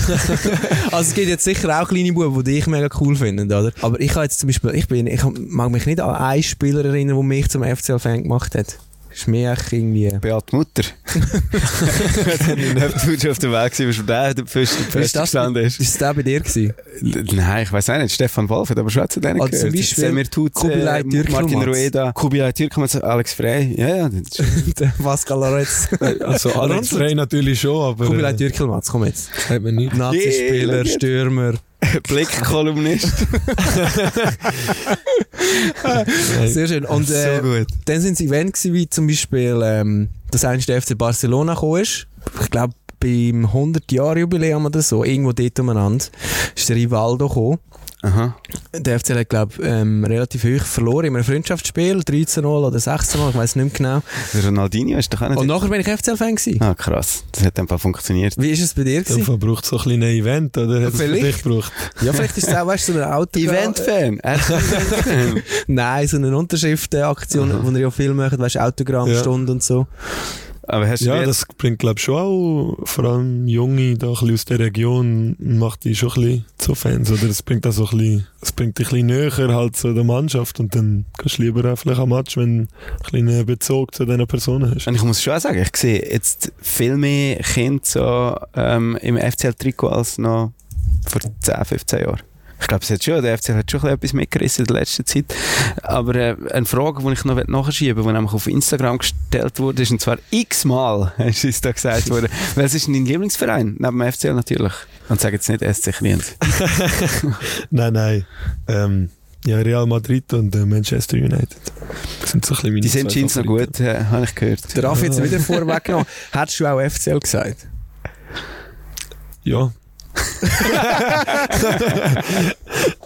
Speaker 3: also es gibt jetzt sicher auch kleine Buben, die dich mega cool finden, oder? Aber ich habe jetzt zum Beispiel, ich bin, ich mag mich nicht an einen Spieler erinnern, der mich zum F C L-Fan gemacht hat. Ist mir echt irgendwie...
Speaker 1: Beat Mutter. Du bist auf dem Weg gewesen, wo der der Pfosten gestanden ist.
Speaker 3: Ist das der bei dir gewesen?
Speaker 1: Nein, ich weiss auch nicht. Stefan Wolf hat aber schon zu denen
Speaker 3: also
Speaker 1: gehört.
Speaker 3: Zum Beispiel
Speaker 1: Semir Tut,
Speaker 3: Kubilay
Speaker 1: äh, Martin Rueda, Kubilay Türkelmatz, Alex Frey. Ja, ja.
Speaker 3: Der Pascal Loretz.
Speaker 2: Also Alex Frey natürlich schon, aber...
Speaker 3: Kubilay Türkelmatz, komm jetzt.
Speaker 2: Hat man nicht.
Speaker 3: Nazi-Spieler, yeah, Stürmer.
Speaker 1: Blick-Kolumnist.
Speaker 3: Sehr schön. Und äh, so gut. Dann sind es Events wie zum Beispiel, ähm, dass einst der F C Barcelona gekommen ist. Ich glaube, beim hundert-Jahr-Jubiläum oder so, irgendwo dort umeinander, ist der Rivaldo gekommen.
Speaker 1: Aha.
Speaker 3: Der F C L hat, glaube ich, ähm, relativ hoch verloren in einem Freundschaftsspiel, dreizehn null oder sechzehn null, ich weiss nicht mehr genau.
Speaker 1: Der Ronaldinho ist doch auch nicht...
Speaker 3: Und nachher bin ich F C L-Fan gewesen.
Speaker 1: Ah, krass. Das hat einfach funktioniert.
Speaker 3: Wie ist es bei dir gewesen?
Speaker 2: Du braucht so ein kleines Event, oder? Hat
Speaker 3: vielleicht.
Speaker 2: Es für dich gebraucht?
Speaker 3: Ja, vielleicht ist es auch, weißt du, so ein Autogramm...
Speaker 1: Event-Fan? Event-Fan?
Speaker 3: Nein, so eine Unterschriftenaktion, wo ihr ja viel macht, weißt du, Autogrammstunde ja. und so.
Speaker 1: Aber hast
Speaker 2: ja, das bringt, glaube ich, schon auch, vor allem Junge da ein bisschen aus der Region, macht die schon ein bisschen zu Fans, oder? Es bringt auch so ein bisschen, es bringt dich ein bisschen näher halt zu der Mannschaft und dann kannst du lieber auch vielleicht am Match, wenn du einen kleinen Bezug zu diesen Personen hast.
Speaker 1: Und ich muss schon sagen, ich sehe jetzt viel mehr Kinder so, ähm, im F C L-Trikot als noch vor zehn, fünfzehn Jahren. Ich glaube, es hat schon, der F C L hat schon etwas mitgerissen in der letzten Zeit. Aber äh, eine Frage, die ich noch nachschieben will, die nämlich auf Instagram gestellt wurde, ist, und zwar x-mal, ist es da gesagt worden. Was ist denn dein Lieblingsverein? Neben dem F C L natürlich. Und sag jetzt nicht S C Kriens.
Speaker 2: Nein, nein. Ähm, ja, Real Madrid und äh, Manchester United. Das sind so ein bisschen meine
Speaker 1: Die sind scheint noch gut, äh, habe ich gehört.
Speaker 3: Der Raffi jetzt wieder vorweggenommen. Hättest du auch F C L gesagt?
Speaker 2: Ja.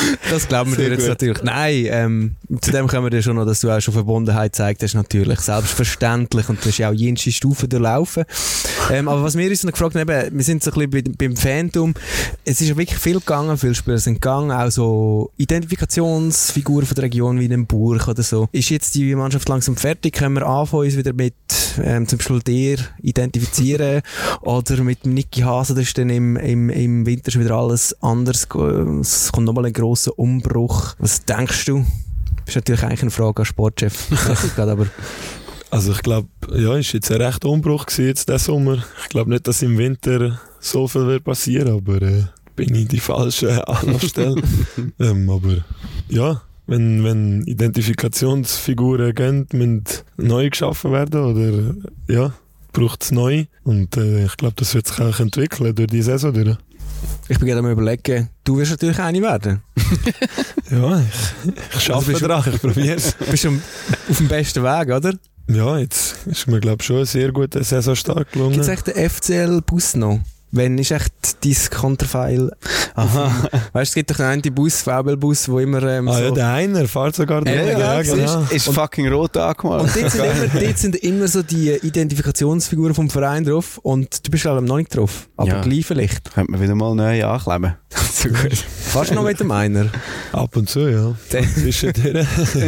Speaker 3: Das glauben wir dir jetzt natürlich. Nein, ähm, zu dem kommen wir schon noch, dass du auch schon Verbundenheit gezeigt hast, natürlich. Selbstverständlich. Und du hast ja auch jenste Stufen durchlaufen. Ähm, aber was wir uns noch gefragt haben, eben, wir sind so ein bisschen beim Phantom. Es ist ja wirklich viel gegangen, viele Spieler sind gegangen, auch so Identifikationsfiguren von der Region wie in Burg oder so. Ist jetzt die Mannschaft langsam fertig? Können wir anfangen, uns wieder mit ähm, zum Beispiel dir identifizieren oder mit dem Niki Hase, das ist dann im, im, im Winter schon wieder alles anders. Es kommt nochmal ein grosser Umbruch. Was denkst du? Das ist natürlich eigentlich eine Frage an Sportchef. aber
Speaker 2: Also ich glaube, ja, ist jetzt ein rechter Umbruch gewesen jetzt diesen Sommer. Ich glaube nicht, dass im Winter so viel wird passieren, aber äh, bin ich die falsche Anlaufstelle. ähm, aber ja, wenn, wenn Identifikationsfiguren gehen, müssen neu geschaffen werden oder ja, braucht es neu. Und äh, ich glaube, das wird sich auch entwickeln durch die Saison durch.
Speaker 3: Ich bin gerade am überlegen, du wirst natürlich eine werden.
Speaker 2: Ja, ich, ich arbeite also dran, ich probiere es.
Speaker 3: Du bist schon auf dem besten Weg, oder?
Speaker 2: Ja, jetzt ist mir glaube ich schon ein sehr guter Saisonstart gelungen.
Speaker 3: Gibt es echt den F C L-Bus noch? Wenn ist echt dein Konterfeil? Aha. Weißt du, es gibt doch einen Bus, V B L-Bus, wo immer ähm,
Speaker 2: ah,
Speaker 3: so...
Speaker 2: ja, der einer fährt sogar
Speaker 3: ja, ja, ja,
Speaker 1: genau. Ist, ist fucking rot angemalt.
Speaker 3: Und dort sind, immer, dort sind immer so die Identifikationsfiguren vom Verein drauf und du bist halt noch nicht drauf. Aber
Speaker 1: ja.
Speaker 3: gleich vielleicht.
Speaker 1: Könnte man wieder mal neu ankleben. So gut.
Speaker 3: Fährst du noch mit dem einer?
Speaker 2: Ab und zu, ja. Zwischendurch.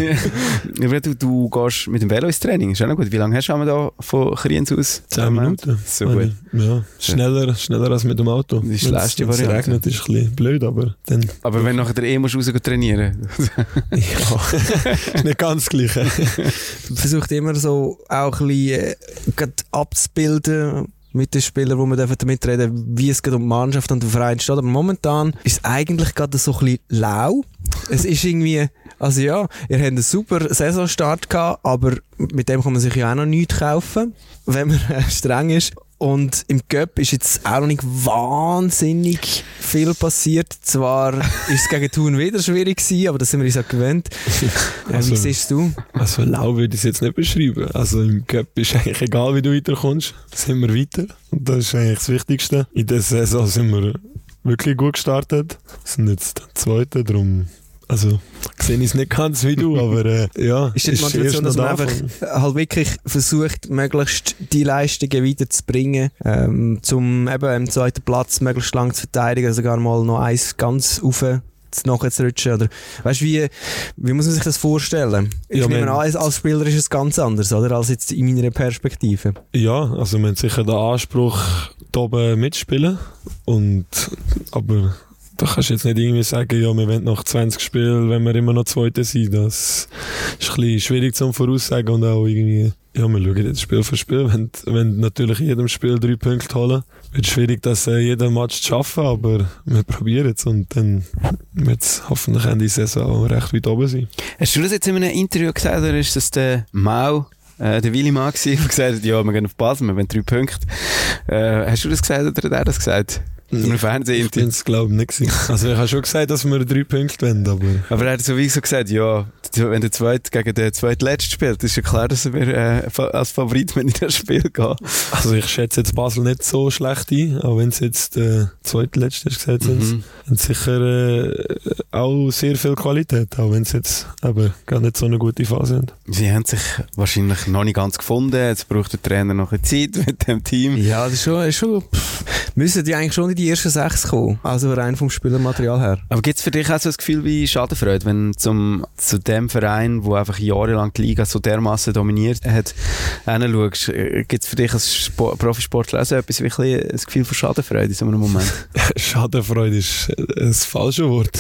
Speaker 1: du, du gehst mit dem Velo ins Training, ist auch noch gut. Wie lange hast du da von Kriens aus?
Speaker 2: Zehn Minuten.
Speaker 1: So gut.
Speaker 2: Ja, schneller, schneller als mit dem Auto.
Speaker 1: Das ist die letzte Variante.
Speaker 2: Wenn es regnet, ist ein bisschen blöd, aber dann...
Speaker 1: Aber wenn du nachher eh musst raus trainieren
Speaker 2: ja, ist nicht ganz das Gleiche.
Speaker 3: Versucht immer so auch ein bisschen äh, abzubilden mit den Spielern, wo wir damit reden, wie es geht um die Mannschaft und den Verein steht. Aber momentan ist es eigentlich gerade so ein bisschen lau. Es ist irgendwie, also ja, ihr habt einen super Saisonstart gehabt, aber mit dem kann man sich ja auch noch nichts kaufen, wenn man äh, streng ist. Und im Cup ist jetzt auch noch nicht wahnsinnig viel passiert. Zwar ist es gegen Thun wieder schwierig gewesen, aber das sind wir uns auch gewöhnt. Äh,
Speaker 2: also,
Speaker 3: wie siehst du?
Speaker 2: Also lau würde ich es jetzt nicht beschreiben. Also im Cup ist eigentlich egal, wie du weiterkommst. Sind wir weiter. Und das ist eigentlich das Wichtigste. In der Saison sind wir wirklich gut gestartet. Wir sind jetzt Zweite, darum... Also, sehe ich es nicht ganz wie du, aber äh, ja.
Speaker 3: Ist die Motivation, dass man einfach halt wirklich versucht, möglichst die Leistungen weiterzubringen, ähm, zum eben im zweiten Platz möglichst lang zu verteidigen, also sogar mal noch eins ganz rauf nachher zu rutschen, oder? Weißt du, wie, wie muss man sich das vorstellen? Ich ja, nehme an, als Spieler ist es ganz anders, oder? Als jetzt in meiner Perspektive.
Speaker 2: Ja, also wir haben sicher den Anspruch, da oben mitspielen, und, aber da kannst du jetzt nicht irgendwie sagen, ja, wir wollen nach zwanzig Spielen, wenn wir immer noch Zweite sind. Das ist ein bisschen schwierig zum Voraussagen und auch irgendwie, ja, wir schauen jetzt Spiel für Spiel. Wenn, wenn natürlich in jedem Spiel drei Punkte holen, wird es schwierig, das äh, jeden Match zu schaffen, aber wir probieren es und dann wird es hoffentlich Ende der Saison auch recht weit oben sein.
Speaker 1: Hast du das jetzt in einem Interview gesagt, oder ist das der Mau, äh, der Willi Mann gewesen, der gesagt hat, ja, wir gehen auf Basel, wir wollen drei Punkte. Äh, hast du das gesagt oder hat er das gesagt? Im Fernsehen.
Speaker 2: Ich bin es, glaube ich, nicht gewesen. Also ich habe schon gesagt, dass wir drei Punkte wollen, aber...
Speaker 1: Aber er hat sowieso gesagt, ja, wenn der Zweite gegen den Zweitletzten spielt, ist ja klar, dass wir äh, als Favorit in das Spiel gehen.
Speaker 2: Also ich schätze jetzt Basel nicht so schlecht ein, auch wenn es jetzt der äh, Zweitletzte ist, gesagt sind. Mhm. Und sicher äh, auch sehr viel Qualität, auch wenn es jetzt aber gar nicht so eine gute Phase haben.
Speaker 1: Sie haben sich wahrscheinlich noch nicht ganz gefunden, jetzt braucht der Trainer noch eine Zeit mit dem Team.
Speaker 3: Ja, das ist schon... Ist schon pff, müssen die eigentlich schon in die ersten sechs kommen, also rein vom Spielermaterial her.
Speaker 1: Aber gibt es für dich auch so das Gefühl wie Schadenfreude, wenn zum, zu dem Verein, der einfach jahrelang die Liga so dermassen dominiert hat, hinschaust, gibt es für dich als Sport, Profisportler auch so etwas wie ein, ein Gefühl von Schadenfreude in so einem Moment?
Speaker 2: Schadenfreude ist ein falsches Wort.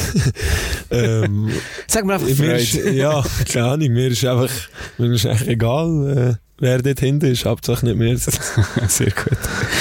Speaker 2: ähm,
Speaker 1: Sag mir einfach Freude.
Speaker 2: Ist, ja, keine Ahnung, mir ist einfach, mir ist eigentlich egal, äh, wer dort hinten ist, Hauptsache nicht mehr.
Speaker 1: Sehr gut.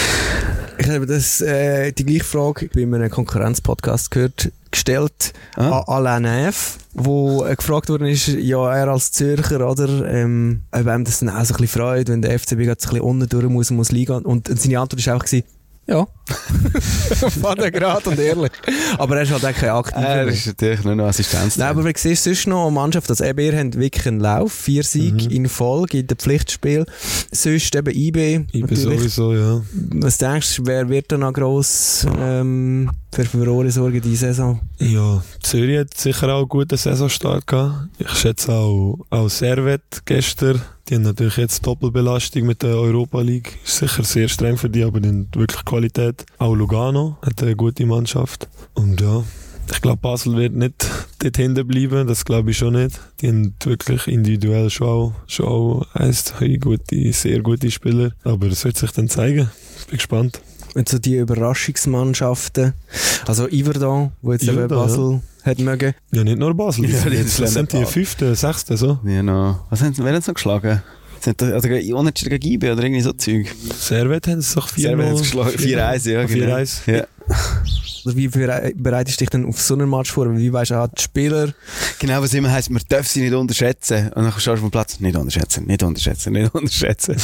Speaker 3: Ich habe das, äh, die gleiche Frage bei einem Konkurrenz-Podcast gehört, gestellt ah. an Alain Neff, wo äh, gefragt worden ist, ja, er als Zürcher, oder, ähm, ob ihm das dann auch so ein bisschen freut, wenn der F C B gerade so ein bisschen unten durch muss und muss liegen. Und, und seine Antwort war einfach gewesen, Ja. Vatergrad und ehrlich. Aber er ist halt auch kein aktiver.
Speaker 1: Er ist natürlich nur noch Assistenz.
Speaker 3: Nein, aber wie siehst du sonst noch eine Mannschaft, also eben, ihr habt wirklich einen Lauf, vier Siege mhm. in Folge in den Pflichtspielen. Sonst eben I B.
Speaker 2: I B sowieso, ja.
Speaker 3: Was denkst du, wer wird da noch gross ähm, für Furore sorgen diese Saison?
Speaker 2: Ja, Zürich hat sicher auch einen guten Saisonstart gehabt. Ich schätze auch, auch Servet gestern. Die haben natürlich jetzt Doppelbelastung mit der Europa League. Ist sicher sehr streng für die, aber die haben wirklich Qualität. Auch Lugano hat eine gute Mannschaft. Und ja, ich glaube, Basel wird nicht dort hinten bleiben. Das glaube ich schon nicht. Die haben wirklich individuell schon auch, schon auch eins, gute, sehr gute Spieler. Aber das wird sich dann zeigen. Ich bin gespannt.
Speaker 3: Und so die Überraschungsmannschaften, also Yverdon, wo jetzt eben Basel ja. hat mögen.
Speaker 2: Ja, nicht nur Basel. Ja, das sind die fünfte, sechste, so.
Speaker 1: Ja, no. Was haben sie, wer hat sie noch geschlagen? Sind da, also unentschieden gegen I B oder irgendwie so Zeug?
Speaker 2: Servet haben sie doch vier
Speaker 1: geschlagen. vier eins, ja, genau.
Speaker 2: vier eins.
Speaker 1: Ja.
Speaker 3: Wie bereitest du dich denn auf so einen Match vor? Wie weisst du auch die Spieler?
Speaker 1: Genau, was immer heisst, man darf sie nicht unterschätzen. Und dann schaust du auf den Platz, nicht unterschätzen, nicht unterschätzen, nicht unterschätzen.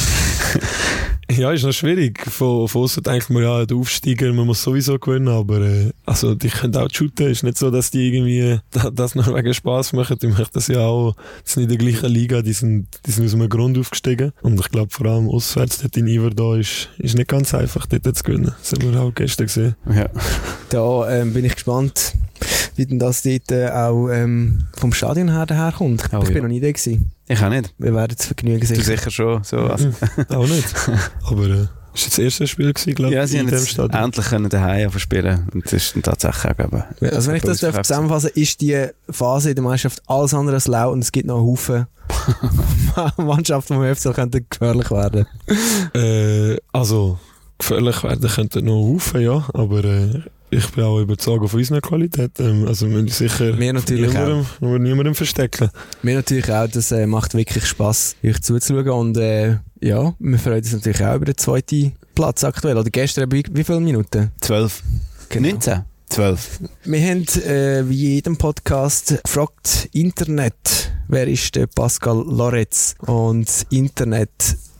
Speaker 2: Ja, ist noch schwierig. Von, von aussen denkt man, ja, der Aufsteiger, man muss sowieso gewinnen, aber äh, also, die können auch shooten. Ist nicht so, dass die irgendwie das nur wegen Spass machen. Die machen das ja auch das sind in der gleichen Liga, die sind, die sind aus einem Grund aufgestiegen. Und ich glaube, vor allem auswärts dort in Yverdon ist, ist nicht ganz einfach, dort zu gewinnen. Das haben wir auch gestern gesehen.
Speaker 1: Ja.
Speaker 3: Da ähm, bin ich gespannt, wie denn das dort äh, auch ähm, vom Stadion her daherkommt. Ich, oh, ich bin ja. noch nie da gewesen.
Speaker 1: Ich auch nicht.
Speaker 3: Wir werden es vergnügen sehen.
Speaker 1: Du sicher schon. So.
Speaker 2: Also. Auch nicht. Aber äh, ist das erste Spiel gewesen, glaube ich,
Speaker 1: ja, sie
Speaker 2: in
Speaker 1: haben
Speaker 2: dem
Speaker 1: jetzt
Speaker 2: Stadion.
Speaker 1: Endlich können daheim spielen. Und das ist dann tatsächlich auch, glaube ich,
Speaker 3: also wenn ich das zusammenfasse, ist die Phase in der Mannschaft alles andere als lau und es gibt noch einen Haufen Mannschaften vom F C L könnten gefährlich werden.
Speaker 2: äh, also gefährlich werden könnten noch einen Haufen, ja. Aber äh, ich bin auch überzeugt von unserer Qualität. Ähm, also wir müssen sicher
Speaker 3: mir natürlich
Speaker 2: niemandem,
Speaker 3: auch.
Speaker 2: niemandem verstecken.
Speaker 3: Mir natürlich auch. Das äh, macht wirklich Spass, euch zuzuschauen. Und äh, ja, wir freuen uns natürlich auch über den zweiten Platz aktuell. Oder gestern, wie, wie viele Minuten?
Speaker 1: Zwölf.
Speaker 3: Genau.
Speaker 1: neunzehn. Zwölf.
Speaker 3: Wir haben, äh, wie in jedem Podcast, gefragt, Internet, wer ist der Pascal Loretz? Und Internet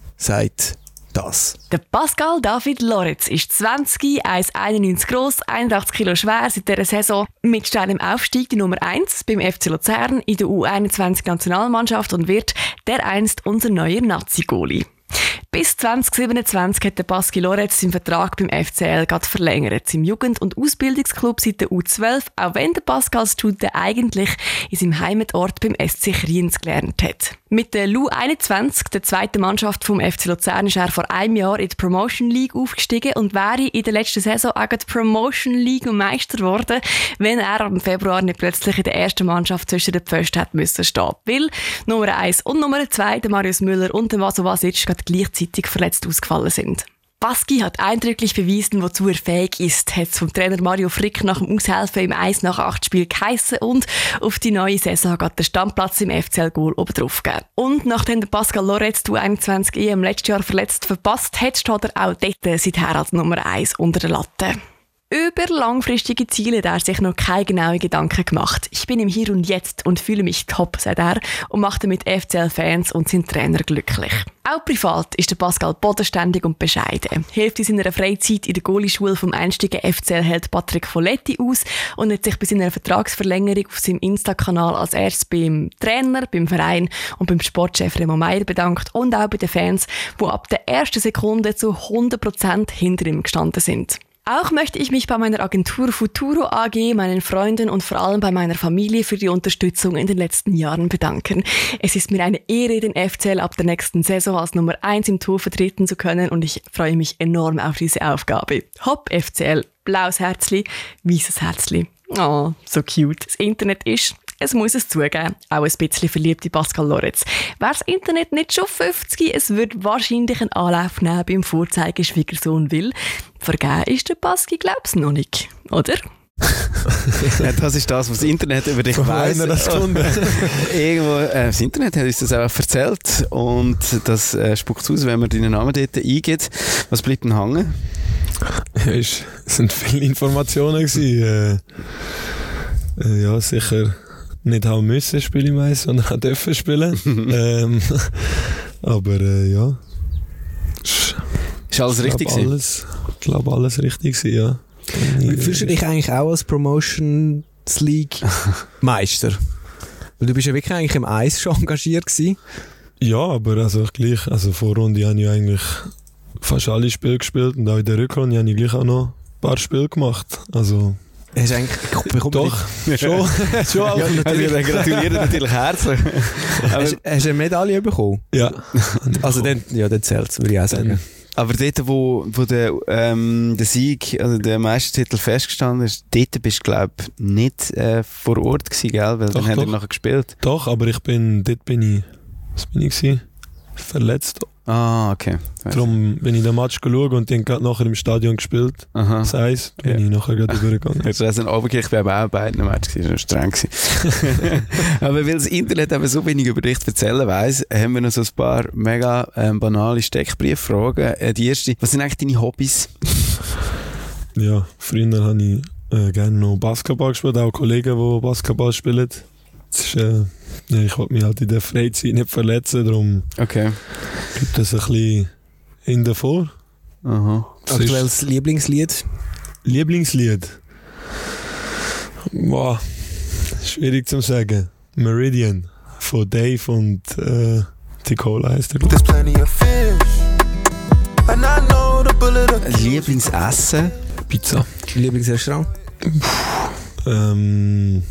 Speaker 3: sagt das.
Speaker 4: Der Pascal David Loretz ist zwanzig, eins Komma einundneunzig gross, einundachtzig Kilo schwer, seit dieser Saison mit steilem Aufstieg die Nummer eins beim F C Luzern in der U einundzwanzig-Nationalmannschaft und wird dereinst unser neuer Nazi-Goalie. Bis zwanzig siebenundzwanzig hat der Pascal Loretz seinen Vertrag beim F C L gerade verlängert. Im Jugend- und Ausbildungsclub seit der U zwölf, auch wenn der Pascal Stute eigentlich in seinem Heimatort beim S C Kriens gelernt hat. Mit der L U einundzwanzig, der zweiten Mannschaft vom F C Luzern, ist er vor einem Jahr in die Promotion League aufgestiegen und wäre in der letzten Saison auch die Promotion League Meister geworden, wenn er im Februar nicht plötzlich in der ersten Mannschaft zwischen den Pfosten hätte müssen stehen. Weil Nummer eins und Nummer zwei, der Marius Müller und der Vaso Vasic, gerade gleichzeitig verletzt ausgefallen sind. Baski hat eindrücklich bewiesen, wozu er fähig ist, hat es vom Trainer Mario Frick nach dem Aushelfen im eins nach acht Spiel geheissen und auf die neue Saison hat der Stammplatz im F C L Goal oben drauf gegeben. Und nachdem der Pascal Loretz die U einundzwanzig E M letztes Jahr verletzt verpasst hat, steht er auch dort seither als Nummer eins unter der Latte. Über langfristige Ziele hat er sich noch keine genauen Gedanken gemacht. Ich bin im Hier und Jetzt und fühle mich top, sagt er, und macht damit F C L-Fans und seinen Trainer glücklich. Auch privat ist der Pascal bodenständig und bescheiden. Hilft in seiner Freizeit in der Goalie-Schule vom einstigen F C L-Held Patrick Folletti aus und hat sich bei seiner Vertragsverlängerung auf seinem Insta-Kanal als erstes beim Trainer, beim Verein und beim Sportchef Remo Meier bedankt und auch bei den Fans, die ab der ersten Sekunde zu hundert Prozent hinter ihm gestanden sind. Auch möchte ich mich bei meiner Agentur Futuro A G, meinen Freunden und vor allem bei meiner Familie für die Unterstützung in den letzten Jahren bedanken. Es ist mir eine Ehre, den F C L ab der nächsten Saison als Nummer eins im Tor vertreten zu können und ich freue mich enorm auf diese Aufgabe. Hopp F C L, blaues Herzli, weißes Herzli. Oh, so cute. Das Internet ist, es muss es zugeben, auch ein bisschen verliebt in Pascal Loretz. Wäre das Internet nicht schon fünfzig, es würde wahrscheinlich einen Anlauf nehmen beim Vorzeigeschwiegersohn Will. Vergeben ist der Pascal, glaub's noch nicht, oder?
Speaker 1: Ja, das ist das, was das Internet über dich weiss. Irgendwo, äh, das Internet hat uns das auch erzählt und das äh, spuckt aus, wenn man deinen Namen dort eingibt. Was bleibt denn hängen?
Speaker 2: Ja, es sind viele Informationen gewesen. Äh, äh, ja, sicher nicht haben müssen spielen meist, sondern auch dürfen spielen. ähm, aber äh, ja.
Speaker 1: Ist alles richtig
Speaker 2: alles, ich glaube, alles richtig gewesen, ja.
Speaker 3: Fühlst du dich eigentlich auch als Promotions League Meister? Weil du bist ja wirklich eigentlich im Eis schon engagiert gewesen.
Speaker 2: Ja, aber also gleich, also Vorrunde habe ich eigentlich fast alle Spiele gespielt und auch in der Rückrunde habe ich gleich auch noch ein paar Spiele gemacht. Also
Speaker 3: hast du eigentlich bekommen
Speaker 2: doch, schon, schon auch.
Speaker 1: Ja, natürlich. Also, gratuliere natürlich herzlich.
Speaker 3: Hast, hast du eine Medaille bekommen?
Speaker 2: Ja.
Speaker 3: Also dann, ja, dann zählt es, würde ich auch sagen.
Speaker 1: Aber dort, wo, wo der, ähm, der Sieg, also der Meistertitel festgestanden ist, dort bist du, glaube ich, nicht äh, vor Ort gewesen, gell? Weil
Speaker 2: Doch,
Speaker 1: dann hat er
Speaker 2: doch.
Speaker 1: nachher gespielt.
Speaker 2: Doch, aber ich bin, dort bin ich, was bin ich gewesen? Verletzt.
Speaker 1: Ah, okay.
Speaker 2: Darum bin ich den Match geschaut und dann gerade nachher im Stadion gespielt.
Speaker 1: Aha.
Speaker 2: Das heisst, bin
Speaker 1: Ja.
Speaker 2: ich nachher gerade übergegangen.
Speaker 1: Jetzt also ein Oberkirch, ich war aber auch bei beiden Matches, das war streng. Aber weil das Internet eben so wenig über dich zu erzählen weiss, haben wir noch so ein paar mega ähm, banale Steckbrieffragen. Äh, die erste, was sind eigentlich deine Hobbys?
Speaker 2: Ja, früher habe ich äh, gerne noch Basketball gespielt, auch Kollegen, die Basketball spielen. Das ist, äh, ja, ich wollte mich halt in der Freizeit nicht verletzen, darum
Speaker 1: Okay.
Speaker 2: gibt es ein bisschen hinten vor.
Speaker 1: Aha.
Speaker 2: Das ist
Speaker 3: Aktuelles Lieblingslied?
Speaker 2: Lieblingslied? Boah, schwierig zu sagen. Meridian von Dave und äh, Ticola heißt der.
Speaker 8: There's plenty of fish, and I know the bullet of
Speaker 1: Lieblingsessen?
Speaker 2: Pizza.
Speaker 3: Lieblingsrestaurant?
Speaker 2: Ähm,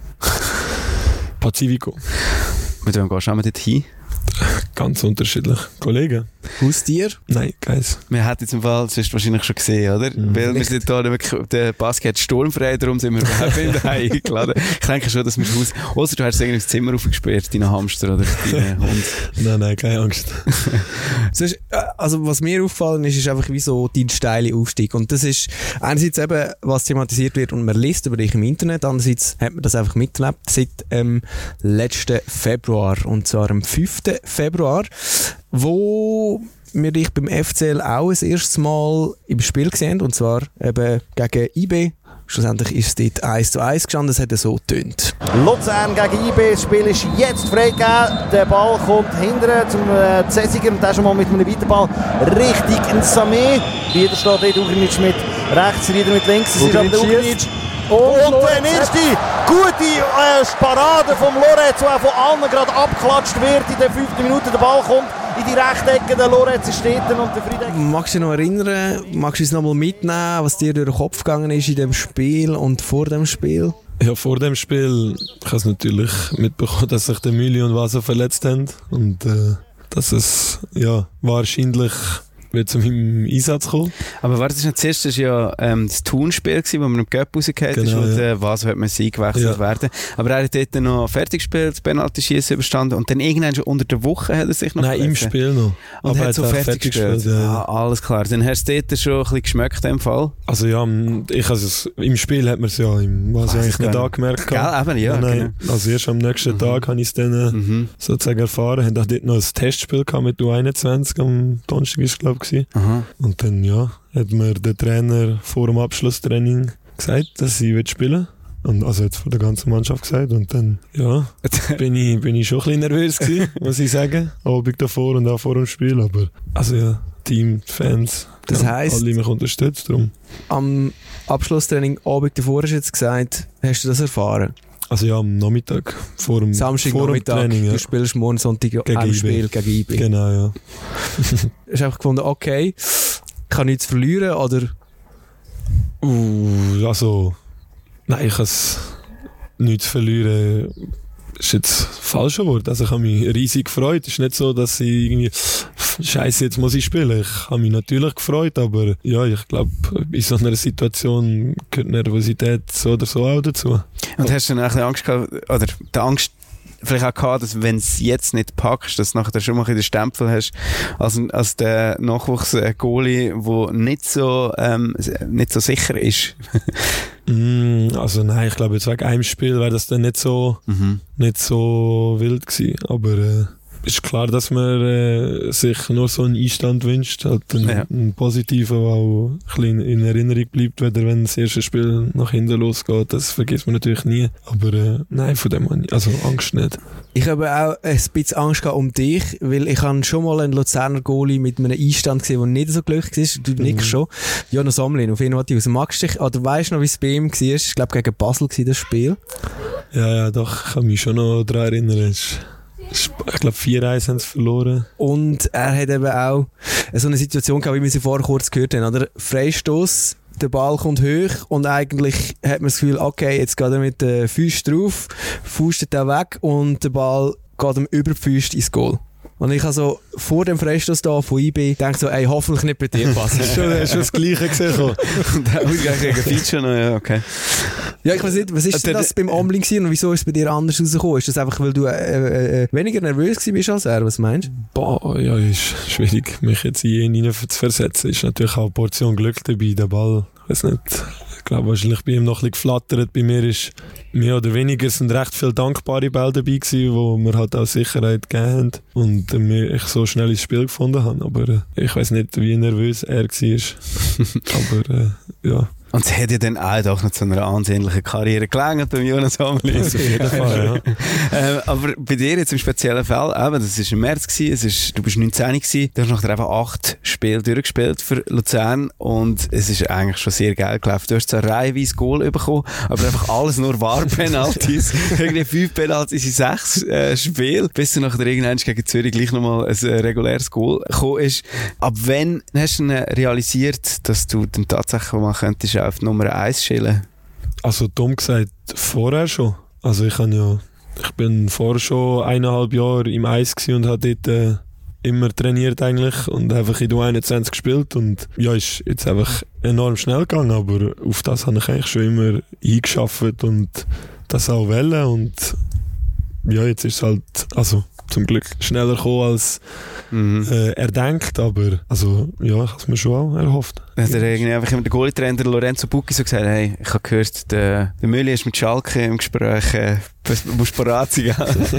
Speaker 2: Pacifico.
Speaker 1: Mit wem gehst du auch dort hin?
Speaker 2: Ganz unterschiedlich. Kollegen?
Speaker 3: Haustier?
Speaker 2: Nein, keins.
Speaker 1: Wir hätten jetzt im Fall, das hast du wahrscheinlich schon gesehen, oder?
Speaker 2: Mhm.
Speaker 1: Weil wir sind da wirklich, der Basket sturmfrei, darum sind wir überhaupt nicht daheim eingeladen. Ich denke schon, dass wir das Haus, ausser du hast irgendwie ins Zimmer aufgesperrt, deinen Hamster oder deinen Hund.
Speaker 2: Nein, nein, keine Angst.
Speaker 3: Sonst, äh, also was mir auffallen ist, ist einfach wie so dein steile Aufstieg. Und das ist einerseits eben, was thematisiert wird und man liest über dich im Internet, andererseits hat man das einfach miterlebt seit ähm, letzten Februar. Und zwar am fünften Februar, wo wir dich beim F C L auch das erste Mal im Spiel gesehen, und zwar eben gegen I B. Schlussendlich ist es dort eins zu eins gestanden, das hat so getönt.
Speaker 6: Luzern gegen I B, das Spiel ist jetzt freigegeben. Der Ball kommt hinterher zum äh, Cäsiger und der schon mal mit einem weiteren Ball richtig in Samé. Wieder steht dort Ugrinic mit rechts, Rieder mit links. Es ist aber der Ugrinic. Und der nächste gute äh, Parade vom Loretz, der auch von allen gerade abgeklatscht wird in der fünften Minute. Der Ball kommt in die rechte Ecke, der Loretz ist dort und der Friedeck.
Speaker 3: Magst du dich noch erinnern, magst du uns noch mal mitnehmen, was dir durch den Kopf gegangen ist in dem Spiel und vor dem Spiel?
Speaker 2: Ja, vor dem Spiel, ich habe es natürlich mitbekommen, dass sich der Müller und Vasa verletzt haben und äh, dass es ja wahrscheinlich wird zu meinem Einsatz kommen.
Speaker 1: Aber warte, das ist zuerst das ist ja ähm, das Thun-Spiel gewesen, wo man im Cup rausgehauen ist
Speaker 2: Genau,
Speaker 1: und
Speaker 2: ja.
Speaker 1: äh, was wird man eingewechselt
Speaker 2: Ja.
Speaker 1: werden. Aber er hat dort noch fertig gespielt, das Penalty-Schießen überstanden und dann irgendwann schon unter der Woche hat er sich noch
Speaker 2: Nein, im
Speaker 1: verletzt.
Speaker 2: Spiel noch.
Speaker 1: Und
Speaker 2: Aber
Speaker 1: hat
Speaker 2: er
Speaker 1: so
Speaker 2: auch
Speaker 1: fertig, gespielt.
Speaker 2: ja, ja.
Speaker 1: Ah, alles klar. Dann hast du dort schon ein bisschen geschmeckt im Fall.
Speaker 2: Also ja, ich also es, im Spiel hat man es ja im, was
Speaker 1: Weiß
Speaker 2: eigentlich
Speaker 1: ich
Speaker 2: nicht
Speaker 1: gar
Speaker 2: angemerkt.
Speaker 1: Gell, eben, ja.
Speaker 2: Nein, also erst am nächsten
Speaker 1: Mhm.
Speaker 2: Tag habe ich es dann äh,
Speaker 1: Mhm.
Speaker 2: sozusagen erfahren. Haben auch dort noch ein Testspiel gehabt mit U einundzwanzig am Donnerstag, ist glaube ich.
Speaker 1: Aha.
Speaker 2: Und dann ja, hat mir der Trainer vor dem Abschlusstraining gesagt, dass ich spielen will. Und also jetzt vor der ganzen Mannschaft gesagt. Und dann ja, bin ich, bin ich schon ein bisschen nervös gewesen, muss ich sagen. Abend davor und auch vor dem Spiel. Aber also ja, Team, Fans,
Speaker 3: Das
Speaker 2: ja,
Speaker 3: heisst-
Speaker 2: alle mich unterstützt. Darum.
Speaker 3: Am Abschlusstraining Abend davor hast du jetzt gesagt, hast du das erfahren?
Speaker 2: Also ja, am Nachmittag vor dem,
Speaker 3: Samstag
Speaker 2: vor dem
Speaker 3: Nachmittag,
Speaker 2: Training. Ja.
Speaker 3: du spielst morgen Sonntag
Speaker 2: Gegen
Speaker 3: ein
Speaker 2: I B.
Speaker 3: Spiel gegen I B.
Speaker 2: Genau, ja.
Speaker 3: Hast du einfach gefunden, okay, ich kann nichts verlieren, oder?
Speaker 2: Uh, also, nein, ich habe es nichts zu verlieren. Ist jetzt falsch Wort. Also ich habe mich riesig gefreut. Es ist nicht so, dass ich irgendwie Scheiße, jetzt muss ich spielen. Ich habe mich natürlich gefreut, aber ja, ich glaube, in so einer Situation gehört Nervosität so oder so auch dazu.
Speaker 1: Und hast du dann auch ein bisschen Angst gehabt, oder die Angst vielleicht auch gehabt, dass wenn du es jetzt nicht packst, dass du nachher schon mal den Stempel hast, als, als der Nachwuchs-Goalie, der nicht so, ähm, nicht so sicher ist?
Speaker 2: Mm, also nein, ich glaube, jetzt wegen einem Spiel wäre das dann nicht so,
Speaker 1: Mhm.
Speaker 2: nicht so wild gewesen. Aber äh, ist klar, dass man äh, sich nur so einen Einstand wünscht, halt einen,
Speaker 1: Ja.
Speaker 2: einen positiven, der auch ein bisschen in Erinnerung bleibt, weder wenn das erste Spiel nach hinten losgeht, das vergisst man natürlich nie. Aber äh, nein, von dem habe ich, also Angst nicht.
Speaker 3: Ich habe auch ein bisschen Angst gehabt um dich, weil ich habe schon mal einen Luzerner Goalie mit einem Einstand gesehen, der nicht so glücklich ist. Du nickst
Speaker 2: Mhm.
Speaker 3: schon. Jonas Somlin, auf Innovativ. Magst du dich, oder weißt du noch, wie es bei ihm war? Ich glaube, gegen Basel war das Spiel.
Speaker 2: Ja, ja, doch, ich kann mich schon noch daran erinnern. Es ist- Ich glaube, vier eins haben sie verloren.
Speaker 3: Und er hat eben auch so eine Situation gehabt, wie wir sie vorher kurz gehört haben, oder? Freistoß, der Ball kommt hoch und eigentlich hat man das Gefühl, okay, jetzt geht er mit den Füßen drauf, fustet er weg und der Ball geht ihm über die Füße ins Goal. Und ich habe so vor dem Freistoß da von I B gedacht so, ey, hoffentlich nicht bei dir passen.
Speaker 2: Hast du schon das Gleiche gesehen?
Speaker 1: Und der Ausgang gegen Feature noch, ja, okay.
Speaker 3: Ja, ich weiß nicht, was ist denn das beim Omling gewesen und wieso ist es bei dir anders rausgekommen? Ist das einfach, weil du äh, äh, weniger nervös gewesen bist als er? Was meinst du?
Speaker 2: Boah, ja, ist schwierig, mich jetzt in ihn hinein zu versetzen. Ist natürlich auch eine Portion Glück dabei, der Ball. Ich weiß nicht. Ich glaube, wahrscheinlich bei ihm noch ein bisschen geflattert. Bei mir ist mehr oder weniger sind recht viele dankbare Bälle dabei gewesen, wo mir halt auch Sicherheit gegeben haben und äh, ich so schnell ins Spiel gefunden habe. Aber äh, ich weiß nicht, wie nervös er war. Aber äh, ja.
Speaker 1: Und es hat ja dann auch doch noch zu einer ansehnlichen Karriere gelangt beim Jonas Omlin.
Speaker 2: Auf jeden Fall, ja.
Speaker 1: ähm, aber bei dir jetzt im speziellen Fall, eben, das war im März, gewesen, es ist, du bist neunzehn gewesen, du hast nachher einfach acht Spiele durchgespielt für Luzern und es ist eigentlich schon sehr geil gelaufen. Du hast zwar reihenweise Goal bekommen, aber einfach alles nur Wahr-Penalties. Irgendwie fünf Penalties in sechs äh, Spielen, bis du nachher irgendwann gegen Zürich gleich nochmal ein äh, reguläres Goal gekommen ist. Ab wann hast du denn realisiert, dass du dann tatsächlich mal könntest auf die Nummer eins schillen?
Speaker 2: Also dumm gesagt, vorher schon. Also ich habe ja, ich bin vorher schon eineinhalb Jahre im Eis gewesen und habe dort äh, immer trainiert eigentlich und einfach in der U einundzwanzig gespielt und ja, ist jetzt einfach enorm schnell gegangen, aber auf das habe ich eigentlich schon immer eingeschafft und das auch wollen und ja, jetzt ist es halt, also zum Glück schneller gekommen als
Speaker 1: Mhm.
Speaker 2: äh, erdenkt, aber also ja, ich habe es mir schon auch erhofft.
Speaker 1: Hat er irgendwie einfach immer der Goalie-Trainer Lorenzo Bucchi so gesagt, hey, ich habe gehört, der, der Mülli ist mit Schalke im Gespräch, äh, du musst parat sein.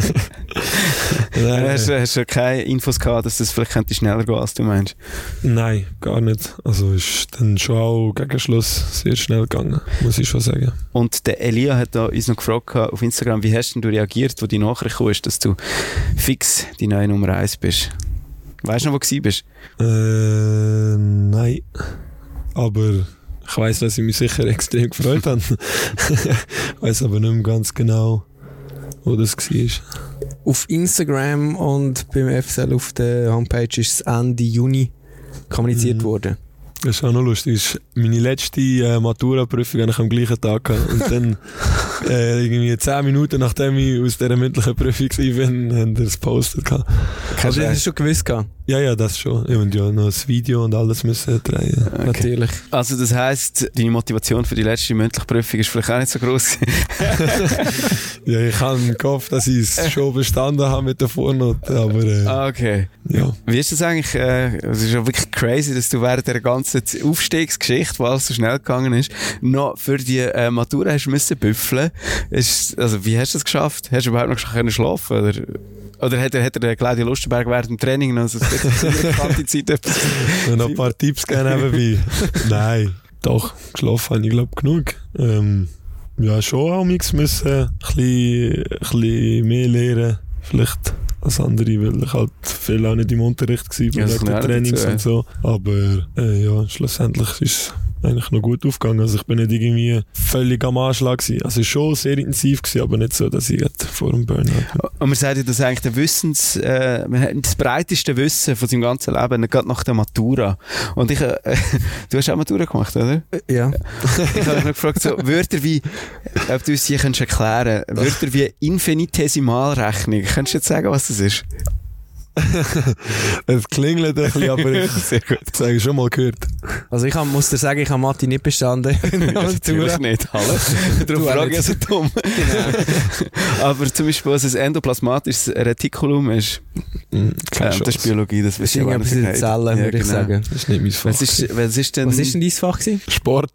Speaker 2: Nein,
Speaker 1: hast, du- hast du keine Infos gehabt, dass das vielleicht könnte schneller gehen, als du meinst?
Speaker 2: Nein, gar nicht. Also ist dann schon auch gegen Schluss sehr schnell gegangen, muss ich schon sagen.
Speaker 1: Und der Elia hat da uns noch gefragt gehabt auf Instagram, wie hast denn du reagiert, wo die Nachricht kam, dass du fix die neue Nummer eins bist? Weißt du noch, wo du warst?
Speaker 2: Äh, nein. Aber ich weiss, dass ich mich sicher extrem gefreut habe. Ich weiss aber nicht mehr ganz genau, wo das war.
Speaker 3: Auf Instagram und beim F C L auf der Homepage ist es Ende Juni kommuniziert
Speaker 2: Mhm.
Speaker 3: worden.
Speaker 2: Das ist auch noch lustig. Das ist meine letzte äh, Matura-Prüfung habe ich am gleichen Tag gehabt. Und dann äh, irgendwie zehn Minuten nachdem ich aus dieser mündlichen Prüfung war, haben wir es gepostet gehabt.
Speaker 3: Also das hast du schon gewusst gehabt?
Speaker 2: Ja, ja, das schon. Ja, und ja, noch ein Video und alles müssen drehen.
Speaker 1: Okay.
Speaker 3: Natürlich.
Speaker 1: Also das heisst, deine Motivation für die letzte mündliche Prüfung ist vielleicht auch nicht so gross.
Speaker 2: Ja, ich habe gehofft, dass ich es schon bestanden habe mit der Vornote, aber äh,
Speaker 1: Ah, okay.
Speaker 2: ja.
Speaker 1: Wie ist das eigentlich? Äh, es ist ja wirklich crazy, dass du während der ganzen Aufstiegsgeschichte, wo alles so schnell gegangen ist, noch für die äh, Matura hast müssen büffeln. Ist, also wie hast du das geschafft? Hast du überhaupt noch können schlafen oder? Oder hat er, hat er Claudia Lustenberg während dem Training noch so eine Zeit etwas?
Speaker 2: Und noch ein paar Tipps gerne nebenbei. Nein, doch, geschlafen habe ich glaube genug. Ähm, ja, schon auch nichts müssen, ein bisschen, ein bisschen mehr lernen, vielleicht als andere, weil ich halt viel auch nicht im Unterricht war,
Speaker 1: Ja, das
Speaker 2: wegen
Speaker 1: kommt
Speaker 2: den
Speaker 1: auch
Speaker 2: Trainings
Speaker 1: dazu,
Speaker 2: und so. Aber äh, ja, schlussendlich ist es eigentlich noch gut aufgegangen. Also ich bin nicht irgendwie völlig am Anschlag gewesen. Also schon sehr intensiv gewesen, aber nicht so, dass ich jetzt vor dem Burnout bin.
Speaker 1: Und man sagt ja, dass eigentlich der Wissens, äh, man hat das breiteste Wissen von seinem ganzen Leben, gerade nach der Matura. Und ich, äh, du hast auch Matura gemacht, oder?
Speaker 3: Ja.
Speaker 1: Ich habe mich noch gefragt, so Wörter wie, ob du uns hier kannst erklären kannst, Wörter wie Infinitesimalrechnung. Kannst du jetzt sagen, was das ist?
Speaker 2: Es klingelt ein bisschen, aber ich sage schon mal gehört.
Speaker 3: Also ich hab, muss dir sagen, ich habe Mathe nicht bestanden.
Speaker 1: Natürlich nicht, hallo. Darum frage ich so dumm. Genau. Aber zum Beispiel, was ein endoplasmatisches Retikulum ist,
Speaker 2: Mhm,
Speaker 1: ähm, das ist Biologie, das
Speaker 3: Das
Speaker 1: wissen
Speaker 3: ist
Speaker 1: wir
Speaker 3: irgendetwas in den Zellen, würde ich
Speaker 1: genau.
Speaker 3: sagen.
Speaker 2: Das ist nicht mein Fach.
Speaker 1: Was ist, was ist denn...
Speaker 3: Was ist denn dein Fach gewesen?
Speaker 2: Sport.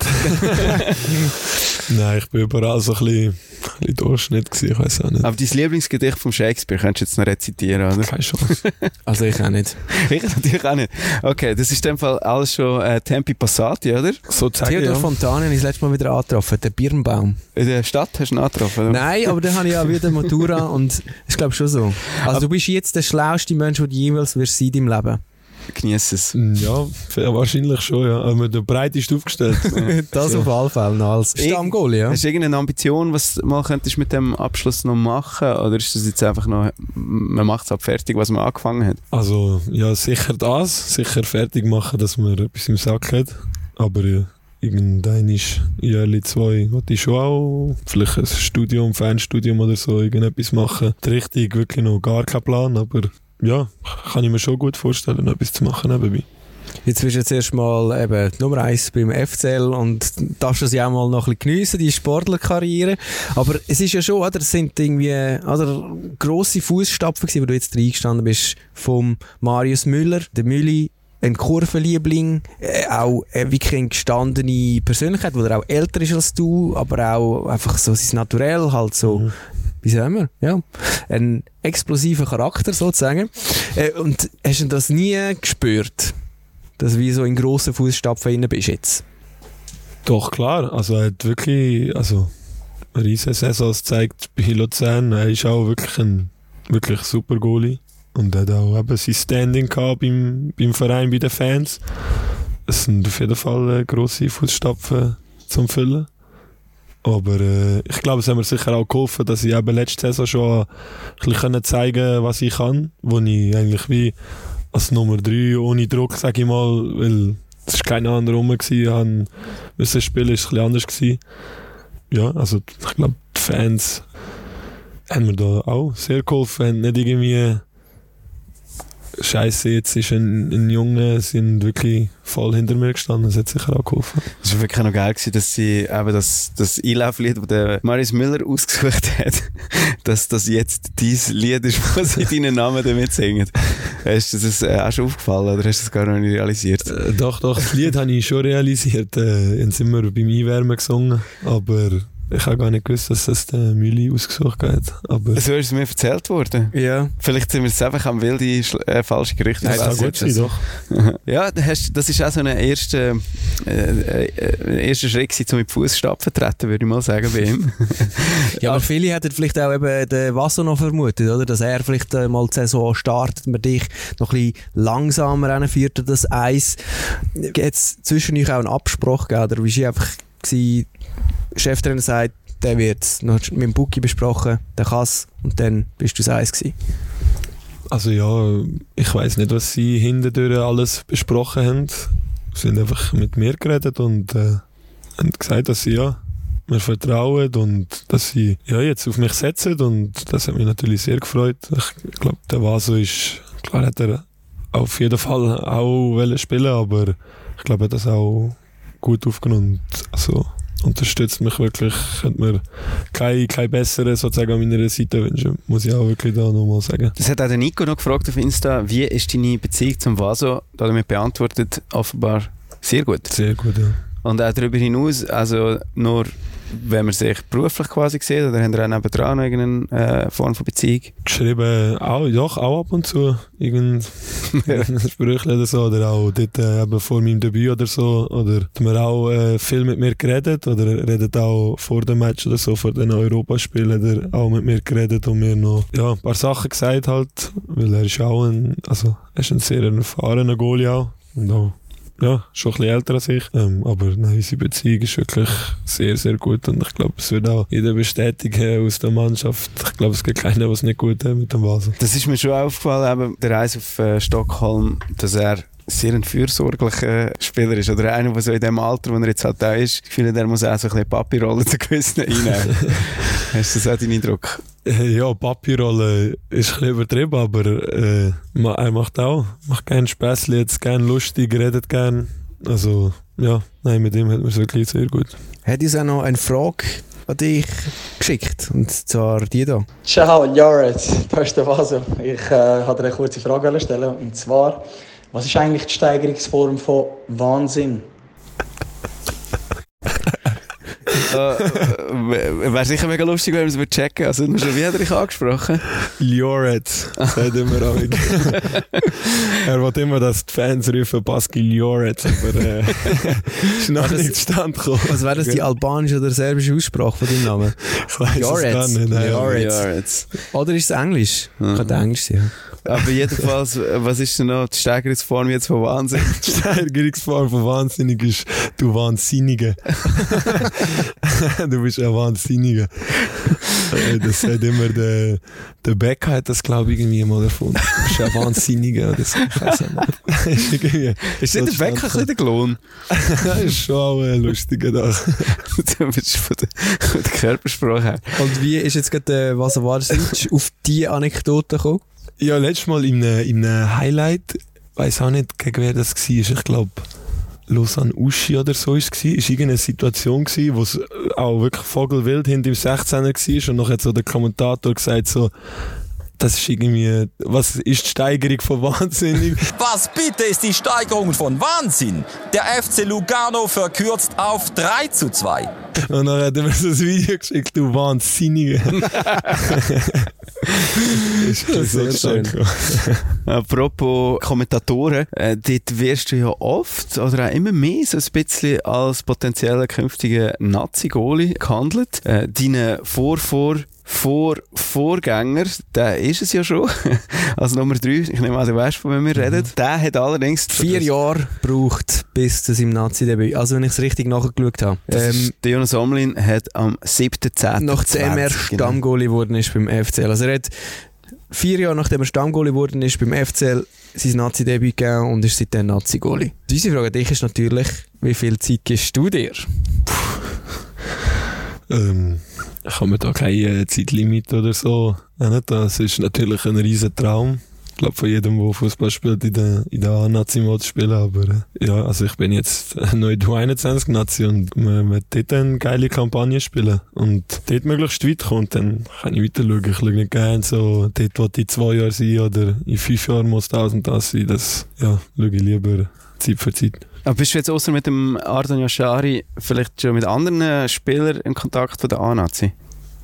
Speaker 2: Nein, ich bin überall so ein bisschen, ein bisschen Durchschnitt gewesen, ich weiß auch nicht.
Speaker 1: Aber dein Lieblingsgedicht von Shakespeare könntest du jetzt noch rezitieren, oder?
Speaker 2: Keine Chance.
Speaker 3: Also ich auch nicht.
Speaker 1: Ich natürlich auch nicht. Okay, das ist in dem Fall alles schon äh, Tempi Passati, oder?
Speaker 2: Sozusagen,
Speaker 3: Theodor
Speaker 2: ja.
Speaker 3: Fontane habe ich das letzte Mal wieder angetroffen, der Birnbaum.
Speaker 1: In der Stadt hast du ihn angetroffen, oder?
Speaker 3: Nein, aber dann habe ich ja wieder Matura und ich glaube schon so. Also du bist jetzt der schlauste Mensch, den du jemals wirst sein in deinem Leben.
Speaker 1: Genieß es.
Speaker 2: Ja, wahrscheinlich schon, ja. Aber der breitest aufgestellt.
Speaker 3: Das auf alle Fälle noch als Stammgoal, ja.
Speaker 1: Hast du irgendeine Ambition, was du mal könntest mit dem Abschluss noch machen? Oder ist das jetzt einfach noch, man macht es ab fertig, was man angefangen hat?
Speaker 2: Also, ja, sicher das. Sicher fertig machen, dass man etwas im Sack hat. Aber ja, irgendein ist Jahr, zwei, wollte ich schon auch vielleicht ein Studium, Fernstudium oder so, irgendetwas machen. Richtig, wirklich noch gar kein Plan, aber ja, kann ich mir schon gut vorstellen, etwas zu machen nebenbei.
Speaker 3: Jetzt wirst du jetzt erstmal eben Nummer eins beim F C L und darfst das ja auch mal noch ein bisschen geniessen, die Sportlerkarriere. Aber es ist ja schon, oder, es sind irgendwie oder, grosse Fußstapfen gewesen, wo du jetzt reingestanden bist, vom Marius Müller, der Mülli, ein Kurvenliebling, äh, auch äh, wirklich eine gestandene Persönlichkeit, wo er auch älter ist als du, aber auch einfach so sein Naturell, halt so, mhm. wie sagen wir, ja, ein explosiver Charakter sozusagen. Äh, und hast du das nie gespürt, dass du wie so in grossen Fußstapfen drin bist jetzt?
Speaker 2: Doch, klar, also er hat wirklich, also eine riesige Saison gezeigt bei Luzern, er ist auch wirklich ein wirklich super Goalie. Und er hat auch eben sein Standing gehabt beim, beim Verein, bei den Fans. Es sind auf jeden Fall äh, grosse Fußstapfen zum Füllen. Aber äh, ich glaube, es hat mir sicher auch geholfen, dass ich eben letzte Saison schon ein bisschen zeigen konnte, was ich kann. Wo ich eigentlich wie als Nummer drei ohne Druck, sage ich mal, weil es war kein anderer rum gewesen, ich musste spielen, ist ein bisschen anders gewesen. Ja, also ich glaube, die Fans haben mir da auch sehr geholfen, haben nicht irgendwie Scheiße, jetzt ist ein, ein Junge, sind wirklich voll hinter mir gestanden, das hat sicher auch geholfen.
Speaker 1: Es war wirklich noch geil gewesen, dass sie eben das, das Einlauflied, das der Marius Müller ausgesucht hat, dass das jetzt dein Lied ist, wo sie deinen Namen damit singen. Hast du das äh, auch schon aufgefallen oder hast du das gar noch nicht realisiert?
Speaker 2: Äh, doch, doch, das Lied habe ich schon realisiert. Äh, jetzt sind wir beim Einwärmen gesungen, aber ich habe gar nicht gewusst, dass das der Mülli ausgesucht hat. Aber
Speaker 1: so ist es mir erzählt worden.
Speaker 3: Ja.
Speaker 1: Vielleicht sind wir jetzt einfach am wilde, äh, falsche Gerüchte.
Speaker 2: das kann gut sein, doch.
Speaker 1: Ja, das ist auch so ein erster, äh, äh, erster Schritt gewesen, um mit Fußstapfen zu treten, würde ich mal sagen, bei ihm.
Speaker 3: Ja, aber viele hätten vielleicht auch eben den Vaso noch vermutet, oder? Dass er vielleicht äh, mal die Saison startet, man dich noch ein bisschen langsamer reinführt, das Eis. Jetzt zwischen euch auch einen Abspruch gegeben, oder wie war einfach gewesen, Cheftrainer sagt, der wird noch mit dem Buki besprochen, der kann es, und dann bist du das Eis gewesen.
Speaker 2: Also ja, ich weiss nicht, was sie hinterdurch alles besprochen haben. Sie haben einfach mit mir geredet und äh, haben gesagt, dass sie ja mir vertrauen und dass sie ja, jetzt auf mich setzen, und das hat mich natürlich sehr gefreut. Ich glaube, der Vaso ist, klar hat er auf jeden Fall auch wollen spielen, aber ich glaube, er hat das auch gut aufgenommen. Also unterstützt mich wirklich, könnte mir kein, kein besseren sozusagen an meiner Seite wünschen, muss ich auch wirklich da nochmal sagen.
Speaker 1: Das hat auch der Nico noch gefragt auf Insta, wie ist deine Beziehung zum Vaso? Da hat er mir beantwortet, offenbar sehr gut.
Speaker 2: Sehr gut, ja.
Speaker 1: Und auch darüber hinaus, also nur wenn man sich beruflich quasi sieht, oder haben wir auch nebendran noch irgendeine äh, Form von Beziehung?
Speaker 2: Geschrieben, auch, doch, auch ab und zu. Irgendein Sprüchle oder so. Oder auch dort äh, eben vor meinem Debüt oder so. Oder hat man auch äh, viel mit mir geredet. Oder redet auch vor dem Match oder so, vor den Europaspielen, oder auch mit mir geredet und mir noch ja, ein paar Sachen gesagt halt. Weil er ist auch ein, also er ist ein sehr erfahrener Goalie auch. Und auch ja, schon ein bisschen älter als ich. Ähm, aber nein, unsere Beziehung ist wirklich sehr, sehr gut. Und ich glaube, es wird auch jeder bestätigen aus der Mannschaft. Ich glaube, es gibt keinen, der es nicht gut hat mit dem Vaso.
Speaker 1: Das ist mir schon aufgefallen, eben der Reise auf äh, Stockholm, dass er sehr ein fürsorglicher Spieler ist. Oder einer, der so in dem Alter, wo er jetzt halt da ist, ich finde, der muss auch so ein bisschen Papi-Rolle zu gewissen einnehmen. Hast du das auch deinen Eindruck?
Speaker 2: Ja, Papi-Rolle ist ein bisschen übertrieben, aber äh, er macht auch macht gerne Späßchen, jetzt gerne lustig, redet gerne. Also, ja, nein, mit ihm hat man es wirklich sehr gut.
Speaker 3: Hat uns auch noch eine Frage an dich geschickt, und zwar die da.
Speaker 9: Ciao, Joris, da ist der Vaso. Ich äh, wollte eine kurze Frage stellen, und zwar, was ist eigentlich die Steigerungsform von Wahnsinn?
Speaker 1: äh, Wäre sicher mega lustig, wenn wir es checken würden. Also, schon wie hat er dich angesprochen?
Speaker 2: Lioretz, sagt immer auch. Er will immer, dass die Fans rufen, Baski Lioretz, aber äh, ist noch nicht zustande gekommen.
Speaker 3: Was wäre das, die albanische oder serbische Aussprache von deinem Namen?
Speaker 2: Ich weiss es gar nicht.
Speaker 3: Lioretz. Oder ist es Englisch?
Speaker 1: Mhm.
Speaker 3: Könnte Englisch sein.
Speaker 1: Aber jedenfalls, was ist denn noch die Steigerungsform jetzt von Wahnsinn?
Speaker 2: Die Steigerungsform von Wahnsinnig ist, du Wahnsinnige. Du bist ein Wahnsinniger. Das sagt immer der, der Becker hat das, glaube ich, irgendwie mal erfunden. Du bist ein Wahnsinniger oder so. Ich weiß nicht.
Speaker 1: Ist nicht der Becker ein bisschen der Klon?
Speaker 2: Das ist schon auch ein lustiger Tag.
Speaker 1: Du bist von der, von der Körpersprache her.
Speaker 3: Und wie ist jetzt gerade der Vasavaric auf diese Anekdote gekommen?
Speaker 2: Ja, letztes Mal in einem, in einem Highlight, ich weiss auch nicht, gegen wer das war, ich glaube Lausanne Uschi oder so war es, war irgendeine Situation, wo es auch wirklich vogelwild hinter dem sechzehner war, und noch hat so der Kommentator gesagt, so, das ist irgendwie, was ist die Steigerung von Wahnsinnig?
Speaker 10: Was bitte ist die Steigerung von Wahnsinn? Der F C Lugano verkürzt auf drei zu zwei.
Speaker 2: Und dann hat er mir so ein Video geschickt, du Wahnsinniger. Ist
Speaker 3: das sehr schön.
Speaker 1: Apropos Kommentatoren, äh, dort wirst du ja oft oder auch immer mehr so ein bisschen als potenzieller künftiger Nazi-Goalie gehandelt. Äh, deine Vorvor Vor Vorgänger, der ist es ja schon. Also Nummer drei, ich nehme an, du weißt, von wem wir reden. Mhm. Der hat allerdings
Speaker 3: vier Jahre gebraucht bis zu seinem Nazi-Debüt. Also wenn ich es richtig nachgeschaut habe.
Speaker 1: Ähm, Jonas Omlin hat am siebten zehnten
Speaker 3: nach dem er Stammgoalie geworden ist beim F C L. Also er hat vier Jahre nachdem er Stammgoalie geworden ist beim F C L sein Nazi-Debüt gegeben und ist seitdem Nazi-Goalie. Unsere Frage an dich ist natürlich, wie viel Zeit gibst du dir?
Speaker 2: ähm... Ich habe mir da kein äh, Zeitlimit oder so. Ja, nicht, das ist natürlich ein riesen Traum. Ich glaube, von jedem, der Fußball spielt, in der, in der A-Nazi-Mode spielen. Aber äh, ja, also ich bin jetzt neu U einundzwanzig-Nazi und man wird dort eine geile Kampagne spielen. Und dort möglichst weit kommt, dann kann ich weiter schauen. Ich schaue nicht gerne so, dort will ich zwei Jahre sein oder in fünf Jahren muss das und das sein. Das ja, schaue ich lieber Zeit für Zeit.
Speaker 1: Aber bist du jetzt außer mit dem Ardon Yashari vielleicht schon mit anderen Spielern in Kontakt von der A-Nazi?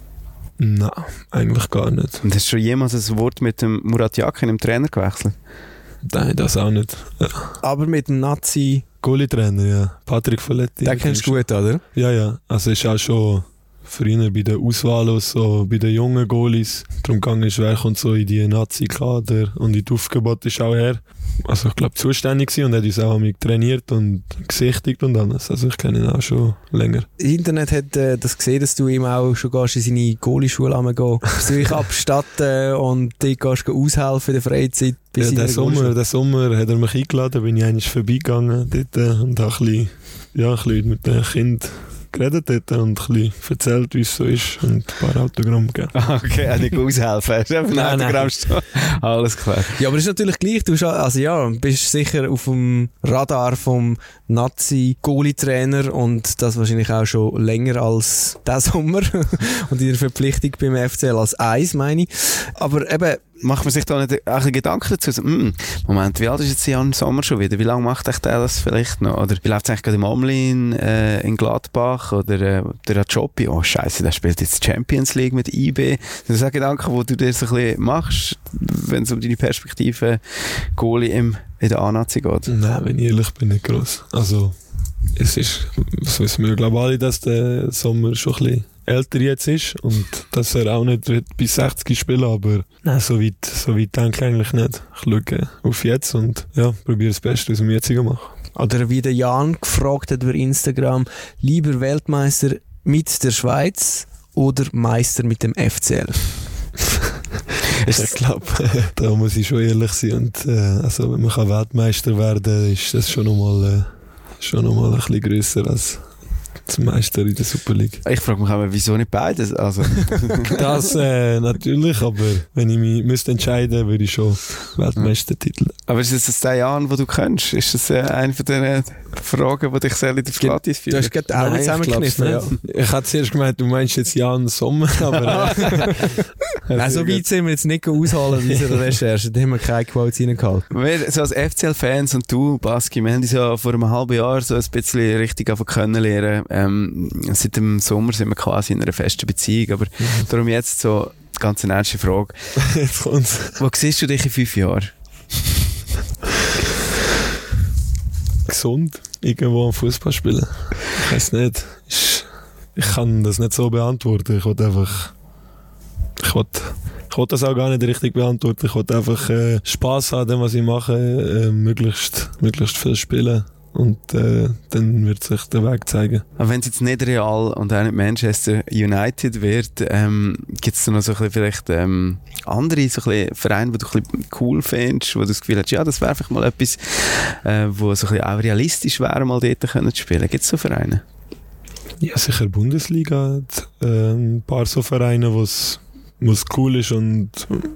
Speaker 2: Nein, eigentlich gar nicht.
Speaker 1: Und hast du schon jemals ein Wort mit dem Murat Yakin, dem Trainer, gewechselt?
Speaker 2: Nein, das auch nicht. Ja.
Speaker 3: Aber mit dem Nazi...
Speaker 2: Goalie-Trainer, ja. Patrick Folletti.
Speaker 3: Den kennst du gut, oder?
Speaker 2: Ja, ja. Also ist auch schon früher bei der Auswahl aus, so bei den jungen Goalies. Darum gegangen ist, wer kommt so in die Nazi-Kader und in die Aufgebote ist auch her. Also ich glaube zuständig gewesen und hat uns auch mit trainiert und gesichtigt und alles. Also ich kenne ihn auch schon länger.
Speaker 3: Das Internet hat äh, das gesehen, dass du ihm auch schon gehst in seine Goalie-Schule gehen. Besuch abstatten und dort gehst du aushelfen in der Freizeit.
Speaker 2: Ja, den Sommer, den Sommer hat er mich eingeladen, bin ich eigentlich vorbeigegangen dort äh, und habe ein bisschen, ja, ein bisschen mit dem Kind geredet dort und ein bisschen erzählt, wie es so ist und ein paar Autogramme gegeben.
Speaker 1: Okay, nicht aushelfen. Hast du ein Autogramm stehen? Alles klar.
Speaker 3: Ja, aber es ist natürlich gleich. Du also ja, bist sicher auf dem Radar vom Nazi-Goalie-Trainer und das wahrscheinlich auch schon länger als diesen Sommer und in der Verpflichtung beim F C L als eins, meine ich. Aber eben,
Speaker 1: macht man sich da nicht ein bisschen Gedanken dazu? So, mm, Moment, wie alt ist jetzt Jan Sommer schon wieder? Wie lange macht euch der das vielleicht noch? Oder wie läuft es eigentlich gerade im Omlin äh, in Gladbach? Oder äh, der Rajopi? Oh Scheiße, der spielt jetzt Champions League mit I B. Das sind Gedanken, die du dir so ein bisschen machst, wenn es um deine Perspektive Goalie im, in der A-Nazi geht?
Speaker 2: Nein, wenn ich ehrlich bin, nicht gross. Also, es ist, das wissen wir glaube alle, dass der Sommer schon ein bisschen älter jetzt ist und dass er auch nicht bis sechzig spielen, aber nein, so weit, so weit denke ich eigentlich nicht. Ich schaue auf jetzt und ja, probiere das Beste aus dem jetzigen machen.
Speaker 3: Oder wie der Jan gefragt hat über Instagram, lieber Weltmeister mit der Schweiz oder Meister mit dem F C L?
Speaker 2: Ich glaube, da muss ich schon ehrlich sein. Und, äh, also, wenn man kann Weltmeister werden kann, ist das schon nochmal äh, schon noch mal ein bisschen grösser als zum Meister in der Super League.
Speaker 1: Ich frage mich aber, wieso nicht beides? Also.
Speaker 2: Das äh, natürlich, aber wenn ich mich müsste entscheiden, würde ich schon Weltmeistertitel.
Speaker 1: Aber ist das das der Jan, den du kennst? Ist das äh, eine von den Fragen, die dich sehr in die Flatis führen?
Speaker 3: Du hast gerade auch nicht zusammengekniffen.
Speaker 2: Ja. Ich hatte zuerst gemeint, du meinst jetzt Jan Sommer, aber...
Speaker 3: Äh, Nein, so weit sind wir jetzt nicht ausholen in unserer Recherche. Da haben wir keine Quotes reingehalten.
Speaker 1: Wir, so als F C L-Fans und du, Baski, wir haben uns ja vor einem halben Jahr so ein bisschen richtig kennenlernen. Ähm, seit dem Sommer sind wir quasi in einer festen Beziehung, aber mhm. darum jetzt so die ganz ernste Frage.
Speaker 2: Jetzt kommt's.
Speaker 1: Wo siehst du dich in fünf Jahren?
Speaker 2: Gesund, irgendwo am Fußball spielen. Ich weiß nicht. Ich, ich kann das nicht so beantworten. Ich wollte einfach... Ich wollte ich wollte das auch gar nicht richtig beantworten. Ich wollte einfach äh, Spass haben, dem, was ich mache, äh, möglichst, möglichst viel spielen. Und äh, dann wird sich der Weg zeigen.
Speaker 1: Aber wenn es jetzt nicht Real und auch nicht Manchester United wird, ähm, gibt es da noch so ein bisschen vielleicht ähm, andere so ein bisschen Vereine, die du ein bisschen cool findest, wo du das Gefühl hast, ja, das wäre einfach mal etwas, äh, wo so ein bisschen auch realistisch wäre, mal dort können zu spielen. Gibt es so Vereine?
Speaker 2: Ja, sicher Bundesliga hat äh, ein paar so Vereine, wo es cool ist und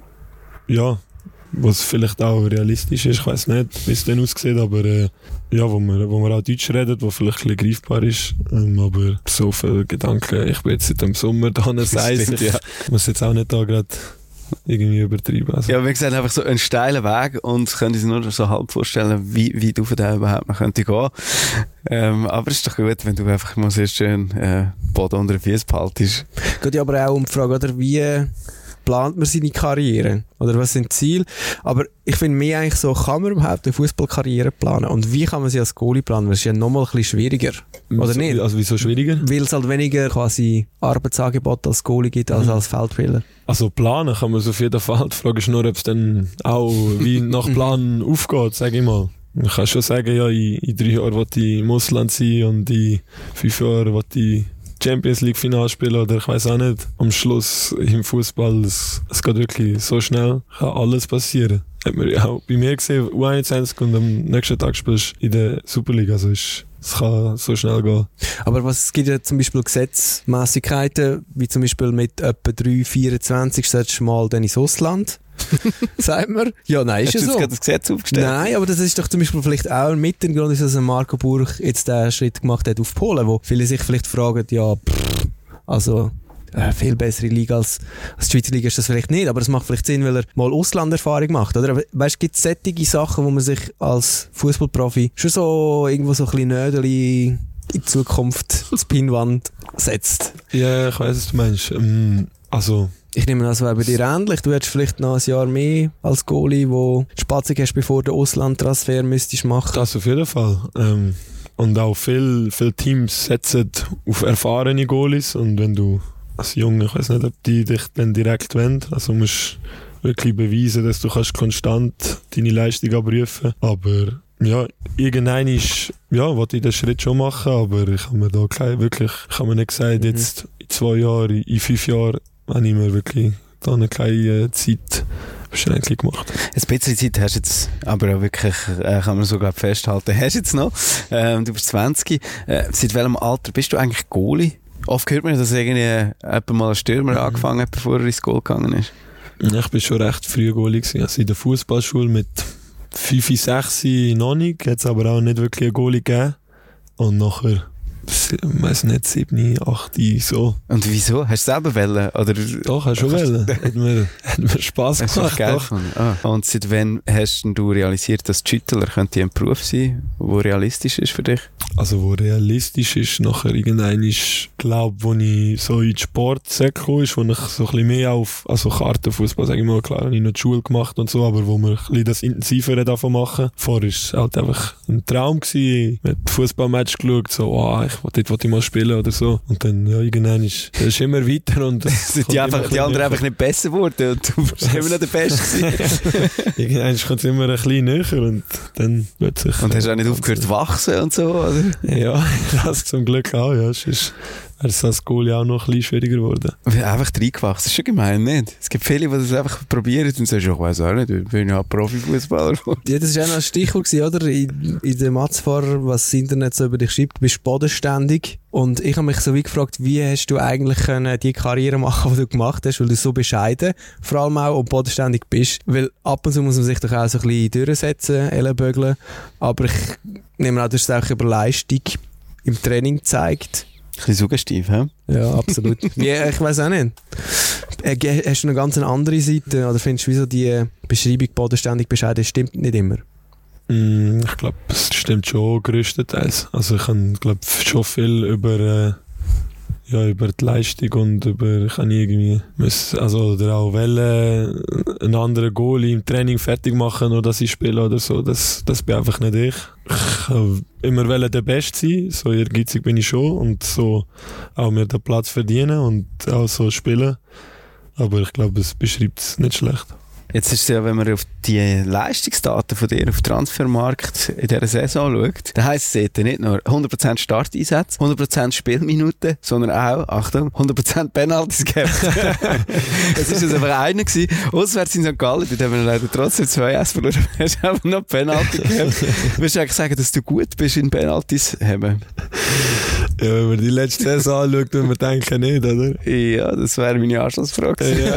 Speaker 2: ja, was vielleicht auch realistisch ist, ich weiß nicht, wie es dann aussieht, aber äh, ja, wo man, wo man auch Deutsch redet, wo vielleicht ein bisschen greifbar ist, ähm, aber so viele Gedanken, ich bin jetzt seit dem Sommer da, das heisst, ich ja. muss jetzt auch nicht da gerade irgendwie übertreiben. Also.
Speaker 1: Ja, wir sehen einfach so einen steilen Weg und können uns nur so halb vorstellen, wie weit auf den überhaupt man könnte gehen. Ähm, aber es ist doch gut, wenn du einfach mal sehr schön äh, Boden unter den Füßen behaltest.
Speaker 3: Geht ja aber auch um die Frage, oder, wie plant man seine Karriere? Oder was sind die Ziele? Aber ich finde mir eigentlich so, kann man überhaupt eine Fußballkarriere planen? Und wie kann man sie als Goalie planen? Das ist ja nochmal ein bisschen schwieriger. Oder nicht?
Speaker 2: Also wieso schwieriger?
Speaker 3: Weil es halt weniger quasi Arbeitsangebot als Goalie gibt als als Feldspieler.
Speaker 2: Also planen kann man es auf jeden Fall. Die Frage ist nur, ob es dann auch wie nach Plan aufgeht, sage ich mal. Man kann schon sagen, ja, in, in drei Jahren will ich im Ausland sein und in fünf Jahren will ich Champions League Finale spielen oder ich weiß auch nicht. Am Schluss im Fußball, es, es geht wirklich so schnell, kann alles passieren. Hat man ja auch bei mir gesehen, U einundzwanzig und am nächsten Tag spielst du in der Superliga. Also ist, es kann so schnell gehen.
Speaker 3: Aber was, es gibt ja zum Beispiel Gesetzmäßigkeiten, wie zum Beispiel mit etwa drei vierundzwanzig solltest du mal dann ins Ausland. Sagt man? Ja, nein, ist ja so.
Speaker 1: Hast du jetzt das Gesetz aufgestellt?
Speaker 3: Nein, aber das ist doch zum Beispiel vielleicht auch mit dem Grund, dass Marco Burch jetzt den Schritt gemacht hat auf Polen, wo viele sich vielleicht fragen, ja, pff, also äh, viel bessere Liga als, als die Schweizer Liga ist das vielleicht nicht, aber es macht vielleicht Sinn, weil er mal Auslanderfahrung macht, oder? Weißt du, gibt es solche Sachen, wo man sich als Fußballprofi schon so irgendwo so ein bisschen Nödeli in die Zukunft als Pinnwand setzt?
Speaker 2: Ja, ich weiss, was du meinst. Ähm, also...
Speaker 3: Ich nehme an, das wäre bei dir ähnlich. Du hättest vielleicht noch ein Jahr mehr als Goalie, wo du Spatzig hast, bevor du den Auslandtransfer müsstest machen.
Speaker 2: Das auf jeden Fall. Ähm, und auch viele viel Teams setzen auf erfahrene Goalies. Und wenn du als Junge, ich weiß nicht, ob die dich dann direkt wollen, also musst du wirklich beweisen, dass du kannst konstant deine Leistung abrufen. Aber ja, irgendein ist, ja, wollte ich den Schritt schon machen, aber ich habe mir da kein, wirklich, ich habe mir nicht gesagt, mhm. jetzt in zwei Jahren, in fünf Jahren, habe ich mir wirklich da eine kleine Zeit beschränklich gemacht.
Speaker 1: Ein bisschen Zeit hast du jetzt, aber auch wirklich, äh, kann man sogar festhalten, hast du jetzt noch. Ähm, du bist zwanzig. Äh, seit welchem Alter bist du eigentlich Goalie? Oft hört man, dass irgendwie jemand mal ein Stürmer mhm. angefangen hat, bevor er ins Goal gegangen ist.
Speaker 2: Ich bin schon recht früh Goalie gewesen. Also in der Fußballschule mit fünf, sechs noch nicht, hat es aber auch nicht wirklich einen Goalie gegeben. Und nachher ich weiss nicht, sieben, acht, so.
Speaker 1: Und wieso? Hast du selber wollen? Oder?
Speaker 2: Doch, hast du schon wollen. Hat mir, hat mir Spass gemacht.
Speaker 1: Geil ah. Und seit wann hast du realisiert, dass Schüttler könnte ein Beruf sein, der realistisch ist für dich?
Speaker 2: Also, wo realistisch ist, nachher irgendein ist, glaube wo ich so in den Sport gekommen ist, wo ich so ein bisschen mehr auf, also Kartenfußball, sage ich mal, klar, habe ich noch die Schule gemacht und so, aber wo wir ein bisschen das intensivere davon machen. Vorher war es halt einfach ein Traum gewesen. Ich habe Fußballmatch geschaut, so, oh, ich dort wollte ich mal spielen oder so. Und dann, ja, irgendwann ist es immer weiter und
Speaker 1: sind die, einfach, die anderen einfach nicht besser geworden und du bist immer noch der Beste.
Speaker 2: Irgendwann kommt es immer ein bisschen näher und dann wird sich...
Speaker 1: Und hast du auch nicht aufgehört zu wachsen und so, oder?
Speaker 2: Ja, das zum Glück auch, ja. Sonst wäre es als Goalie auch noch ein bisschen schwieriger geworden.
Speaker 1: Einfach reingewachsen, das ist schon gemein, nicht? Es gibt viele, die das einfach probieren und sagen, ich weiss auch nicht, ich bin ja Profifußballer.
Speaker 3: Ja, das war auch noch ein Stichwort, oder? In, in der Matzfahrer, was das Internet so über dich schreibt, du bist bodenständig. Und ich habe mich so wie gefragt, wie hast du eigentlich können die Karriere machen, die du gemacht hast, weil du so bescheiden, vor allem auch, und bodenständig bist. Weil ab und zu muss man sich doch auch so ein bisschen durchsetzen, ellenbögeln. Aber ich nehme an, du hast es auch über Leistung im Training gezeigt.
Speaker 1: Ein bisschen suggestiv, hä?
Speaker 3: Ja, absolut. Wie, ich weiss auch nicht. Äh, hast du eine ganz andere Seite, oder findest du, wieso die Beschreibung bodenständig bescheiden stimmt nicht immer?
Speaker 2: Mm, ich glaube, es stimmt schon größtenteils. Also ich habe, glaube schon viel über, äh, ja, über die Leistung und über, ich habe irgendwie müssen, also oder auch wollen, einen anderen Goalie im Training fertig machen, oder dass ich spiele oder so. Das, das bin einfach nicht ich. Ich habe immer wollen der Beste sein, so ehrgeizig bin ich schon und so auch mir den Platz verdienen und auch so spielen. Aber ich glaube, es beschreibt es nicht schlecht.
Speaker 1: Jetzt ist es ja, wenn man auf die Leistungsdaten von dir auf den Transfermarkt in dieser Saison schaut, dann heisst es nicht nur hundert Prozent Starteinsätze, hundert Prozent Spielminuten, sondern auch, Achtung, hundert Prozent Penalties gehabt. Es war das einfach einer gewesen. Auswärts in Sankt Gallen, dort haben wir leider trotzdem zwei S verloren. Du hast einfach noch Penalty gehabt. Willst du eigentlich sagen, dass du gut bist in Penalties haben?
Speaker 2: Ja, wenn man die letzte Saison anschaut, dann wir denken nicht, oder?
Speaker 1: Ja, das wäre meine Anschlussfrage. Ja.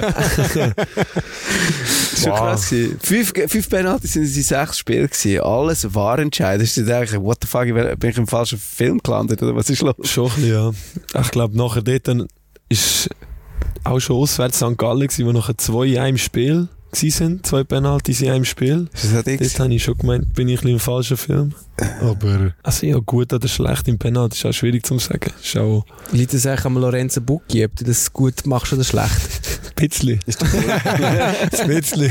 Speaker 1: Das war wow. Krass. Fünf, fünf Penalties sind in sechs Spielen gewesen. Alles war entscheidend. Ich dachte, what the fuck, bin ich im falschen Film gelandet, oder was ist los?
Speaker 2: Schon ein bisschen, ja. Ich glaube, nachher dort dann ist auch schon auswärts Sankt Gallen gewesen, wo nachher zwei in einem Spiel waren, zwei Penalties in einem Spiel.
Speaker 1: Ist das
Speaker 2: dort habe ich schon gemeint, bin ich ein bisschen im falschen Film. Aber also ja, gut oder schlecht im Penalty ist auch schwierig zu sagen. Ist auch
Speaker 3: liegt es eigentlich am Lorenzo Bucchi, ob du das gut machst oder schlecht?
Speaker 2: Ein bisschen. Ist das ein bisschen.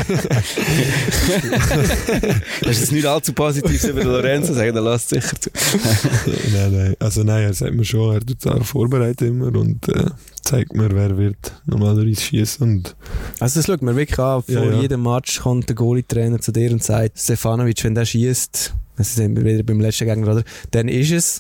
Speaker 1: Das ist nicht allzu positiv über den Lorenzo sagen, dann lass es sicher zu.
Speaker 2: Nein, nein. Also nein, er sagt mir schon, er tut es auch vorbereitet immer und äh, zeigt mir, wer wird normalerweise schießen.
Speaker 3: Also das schaut mir wirklich an, vor ja, ja. jedem Match kommt der Goalie-Trainer zu dir und sagt, Stefanovic, wenn der schießt, das sind wir wieder beim letzten Gegner, oder? Dann ist es.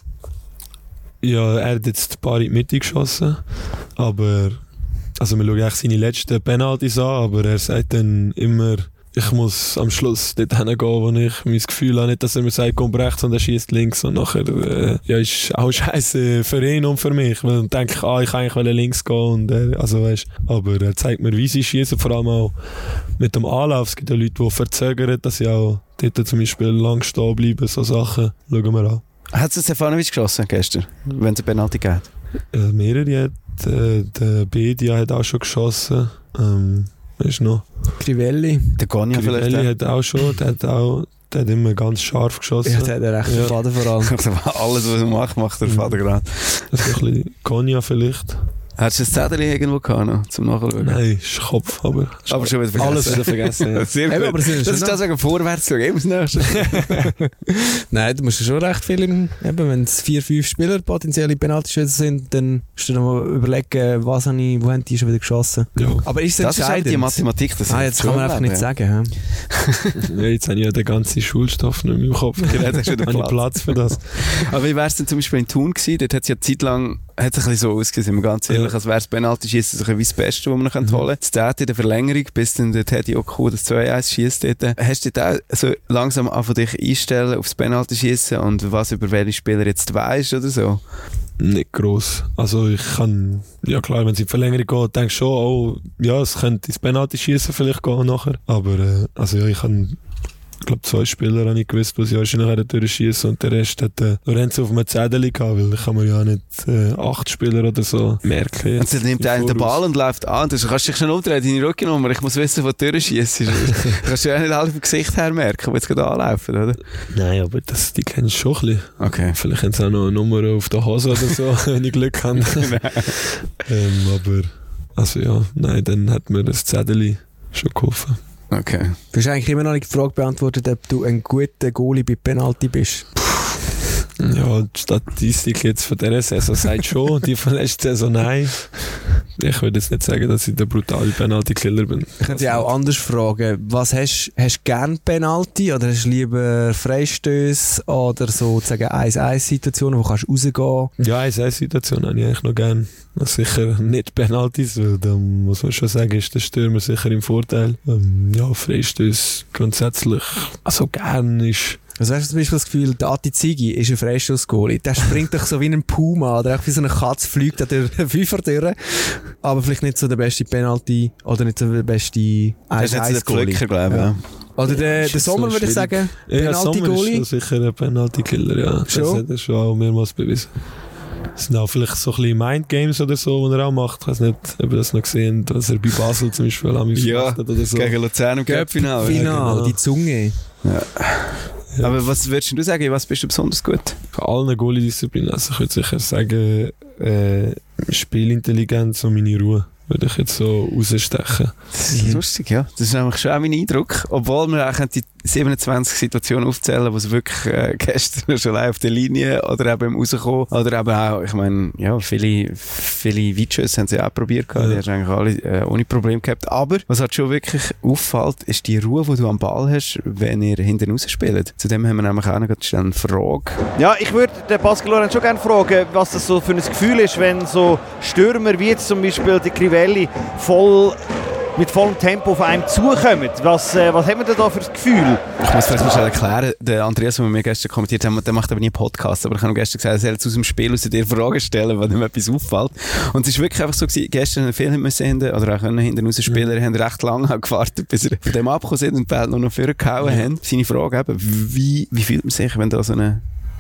Speaker 2: Ja, er hat jetzt ein paar in die Mitte geschossen, aber also wir schauen eigentlich seine letzten Penalties an, aber er sagt dann immer, ich muss am Schluss dort hingehen, wo ich mein Gefühl habe, nicht, dass er mir sagt, komm rechts und er schießt links und nachher äh, ja, ist auch scheiße für ihn und für mich, weil dann denke ich, ah, ich kann eigentlich links gehen und äh, also weißt, aber er zeigt mir, wie sie schießen, vor allem auch mit dem Anlauf. Es gibt ja Leute, die verzögern, dass sie auch dort zum Beispiel lang stehen bleiben, so Sachen, schauen wir an.
Speaker 1: Hat es Stefanovic geschossen gestern, wenn es eine Penalty geht?
Speaker 2: Äh, mehrere hat, äh, der Bedia hat auch schon geschossen, ähm, weißt du noch?
Speaker 3: Crivelli.
Speaker 1: Der Gonja vielleicht.
Speaker 2: Crivelli hat auch schon, der hat auch, der hat immer ganz scharf geschossen.
Speaker 3: Ja, der hat einen rechten ja. Faden vor allem.
Speaker 1: Alles, was er macht, macht der Faden gerade.
Speaker 2: Das ist ein bisschen Gonja vielleicht.
Speaker 1: Hast du das Zettel irgendwo gehabt noch, zum Nachschauen?
Speaker 2: Nein, ist Kopf, aber...
Speaker 1: Aber schon wieder vergessen.
Speaker 2: Alles wieder vergessen, ja.
Speaker 1: Sehr gut. Eben, aber das ist das wegen vorwärts schauen, immer das Nächste.
Speaker 3: Nein, du musst schon recht viel... Im, eben, wenn es vier, fünf Spieler potenzielle Penalty-Schützen sind, dann musst du dir mal überlegen, was habe ich, wo haben die schon wieder geschossen.
Speaker 2: Ja.
Speaker 3: Aber ist es
Speaker 1: das entscheidend? Das ist die Mathematik. Das
Speaker 3: ah, jetzt kann man einfach nicht sagen.
Speaker 2: Ja, jetzt habe ich ja den ganzen Schulstoff nicht mehr im Kopf.
Speaker 1: Genau, da ist wieder
Speaker 2: Platz. Platz für das.
Speaker 1: Aber wie wäre es denn zum Beispiel in Thun gewesen? Dort hat es ja zeitlang... Hat es ein bisschen so ausgesehen, sind wir ganz ehrlich, als wäre es Penalty-Schiessen so wie das Beste, was man noch mhm. holen kann. Das Tät in der Verlängerung, bis dann der Teddy Oku das zwei eins schießt dort. Hast du dich auch so langsam an dich einstellen aufs Penalty-Schiessen und was über welche Spieler jetzt weisst oder so?
Speaker 2: Nicht gross. Also ich kann, ja klar, wenn es in die Verlängerung geht, denke ich schon, oh, ja, es könnte ins Penalty-Schiessen vielleicht gehen nachher. Aber, äh, also ja, ich kann... Ich glaube, zwei Spieler habe ich gewusst, die sie wahrscheinlich durchschießen und der Rest hat äh, Lorenzo auf einem Zettel gehabt, weil ich kann mir ja nicht äh, acht Spieler oder so merken.
Speaker 1: Und dann nimmt einer den Ball und läuft an. Du kannst dich schon umdrehen, deine Rückennummer. Ich muss wissen, wo du durchschießt. Du kannst ja nicht alle vom Gesicht her merken, wo jetzt gerade anlaufen, oder?
Speaker 2: Nein, aber das, die kennst du schon ein bisschen.
Speaker 1: Okay.
Speaker 2: Vielleicht haben sie auch noch eine Nummer auf der Hose oder so, wenn ich Glück habe. ähm, aber, also ja, nein, dann hat mir das Zettel schon geholfen.
Speaker 1: Okay.
Speaker 3: Du hast eigentlich immer noch nicht die Frage beantwortet, ob du ein guter Goalie bei Penalty bist.
Speaker 2: Ja, die Statistik jetzt von dieser Saison sagt schon, die von letzter Saison nein. ich würde jetzt nicht sagen, dass ich der brutale Penalty-Killer bin.
Speaker 3: Ich könnte dich auch anders fragen. Was hast, hast du gern Penalty oder hast du lieber Freistöße oder sozusagen eins eins Situationen, wo kannst du rausgehen?
Speaker 2: Ja, eins eins Situationen habe ich eigentlich noch gern. Sicher nicht Penaltys, weil da muss man schon sagen, ist der Stürmer sicher im Vorteil. Ähm, ja, Freistöße grundsätzlich, also gern ist...
Speaker 3: Also hast du zum Beispiel das Gefühl, der Ati Zigi ist ein Freistoß-Goalie. Der springt doch so wie ein Puma oder auch wie so eine Katze fliegt an der Fünfer durch. Aber vielleicht nicht so der beste Penalty oder nicht so der beste eins eins Goalie.
Speaker 1: Das ist glaube ich. Ja.
Speaker 3: Oder der, der Sommer, so würde ich sagen,
Speaker 2: ja,
Speaker 3: Penalty-Goalie.
Speaker 2: Ja, ist sicher ein Penalty-Killer, ja. Schon? Das hat er schon auch mehrmals bewiesen. Es sind auch vielleicht so ein bisschen Mindgames oder so, die er auch macht. Ich weiß nicht, ob ihr das noch gesehen habt, was er bei Basel zum Beispiel am
Speaker 1: ja,
Speaker 2: gemacht hat oder so.
Speaker 1: Gegen Luzern im Cup-Final.
Speaker 3: Final,
Speaker 1: ja, genau.
Speaker 3: Die Zunge.
Speaker 1: Ja. Ja. Aber was würdest du sagen, was bist du besonders gut?
Speaker 2: Von allen Goalie-Disziplinen, also ich würde sicher sagen, äh, Spielintelligenz und meine Ruhe würde ich jetzt so rausstechen.
Speaker 1: Das ist lustig, ja. Das ist nämlich schon auch mein Eindruck. Obwohl wir auch die siebenundzwanzig Situationen aufzählen, wo sie wirklich äh, gestern schon live auf der Linie oder eben im Rauskommen oder eben auch, ich meine, ja, viele, viele Weitschüsse haben sie auch probiert gehabt, ja. Die hast du eigentlich alle äh, ohne Probleme gehabt. Aber was halt schon wirklich auffällt, ist die Ruhe, die du am Ball hast, wenn ihr hinten raus spielt. Zudem haben wir nämlich auch noch eine Frage.
Speaker 6: Ja, ich würde den Pascal Lorenz schon gerne fragen, was das so für ein Gefühl ist, wenn so Stürmer wie jetzt zum Beispiel die Crivelli voll mit vollem Tempo auf einem zukommen. Was, äh, was haben wir denn da für ein Gefühl?
Speaker 1: Ich muss vielleicht mal schnell erklären, der Andreas, der mir gestern kommentiert hat, der macht aber nie Podcasts, aber ich habe ihm gestern gesagt, er soll jetzt aus dem Spiel aus dir Fragen stellen, wenn ihm etwas auffällt. Und es war wirklich einfach so gewesen, gestern viel müssen hinten, oder auch können hinten raus spielen, mhm. haben recht lange gewartet, bis er von dem abgekommen sind und die Ball noch noch vorgehauen mhm. haben. Seine Frage eben, wie, wie fühlt man sich, wenn da so eine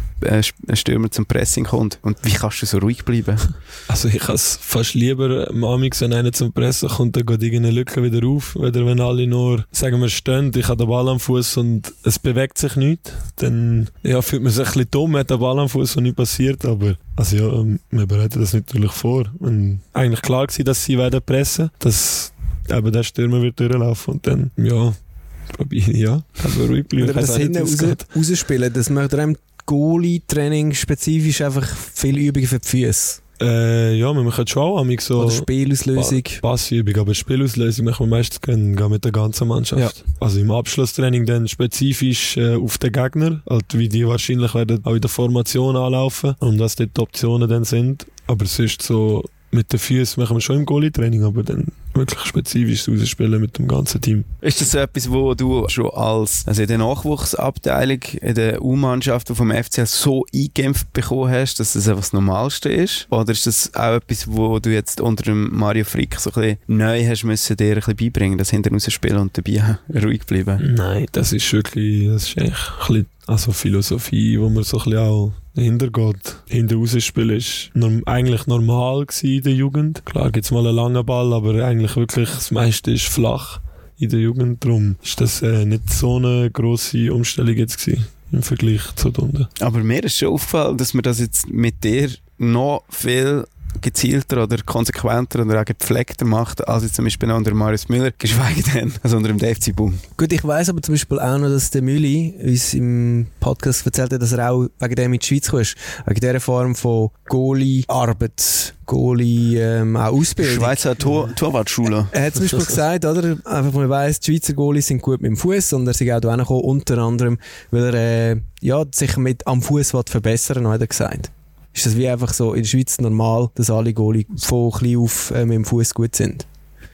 Speaker 1: ein Stürmer zum Pressing kommt. Und wie kannst du so ruhig bleiben?
Speaker 2: Also ich habe es fast lieber, Amix, wenn einer zum Pressen kommt, dann geht irgendeine Lücke wieder auf. Oder wenn alle nur, sagen wir, stehen, ich habe den Ball am Fuß und es bewegt sich nichts, dann ja, fühlt man sich ein bisschen dumm, hat den Ball am Fuß und nichts passiert. Aber also ja, wir bereiten das natürlich vor. Und eigentlich klar gewesen, dass sie werden pressen, dass eben der Stürmer wird durchlaufen und dann, ja, probiere ich, ja, also ruhig bleiben.
Speaker 3: Oder das hinten raus, rausspielen, das macht einem Goalie-Training spezifisch einfach viele Übungen für die Füße.
Speaker 2: Äh, ja, wir machen schon auch so
Speaker 3: oder Spielauslösung.
Speaker 2: Pa- Passübung, aber Spielauslösung machen wir meistens gehen, gehen mit der ganzen Mannschaft. Ja. Also im Abschlusstraining dann spezifisch äh, auf den Gegner, halt wie die wahrscheinlich werden auch in der Formation anlaufen und dass dort die Optionen dann sind. Aber sonst so mit den Füßen machen wir schon im Goalie-Training, aber dann wirklich spezifisch rausspielen mit dem ganzen Team.
Speaker 1: Ist das so etwas, wo du schon als, also in der Nachwuchsabteilung, in der U-Mannschaft vom F C L so eingeimpft bekommen hast, dass das einfach das Normalste ist? Oder ist das auch etwas, wo du jetzt unter dem Mario Frick so ein bisschen neu hast müssen, dir ein bisschen beibringen, das hinten rausspielen und dabei ruhig bleiben?
Speaker 2: Nein, das ist wirklich, das ist eigentlich ein bisschen, also Philosophie, wo man so ein bisschen auch hintergeht. Hinter rausspielen ist norm- eigentlich normal gewesen in der Jugend. Klar gibt es mal einen langen Ball, aber eigentlich wirklich das meiste ist flach in der Jugend. Darum ist das äh, nicht so eine grosse Umstellung jetzt gewesen im Vergleich zu unten.
Speaker 1: Aber mir ist schon aufgefallen, dass man das jetzt mit dir noch viel gezielter oder konsequenter oder auch gepflegter macht, als jetzt zum Beispiel unter Marius Müller, geschweige denn, also unter dem D F C Bum.
Speaker 3: Gut, ich weiss aber zum Beispiel auch noch, dass der Mülli uns im Podcast erzählt hat, dass er auch wegen dem in die Schweiz kommt. Wegen dieser Form von Goalie-Arbeit, Goalie, ähm, auch Ausbildung.
Speaker 1: Schweizer Tor- Torwartschule.
Speaker 3: Er hat zum Beispiel gesagt, oder? Einfach, man weiss, die Schweizer Goalies sind gut mit dem Fuß und er ist auch da gekommen, unter anderem, weil er äh, ja, sich mit am Fuß verbessern will, hat er gesagt. Ist das wie einfach so in der Schweiz normal, dass alle Goalie von klein auf äh, mit dem Fuß gut sind?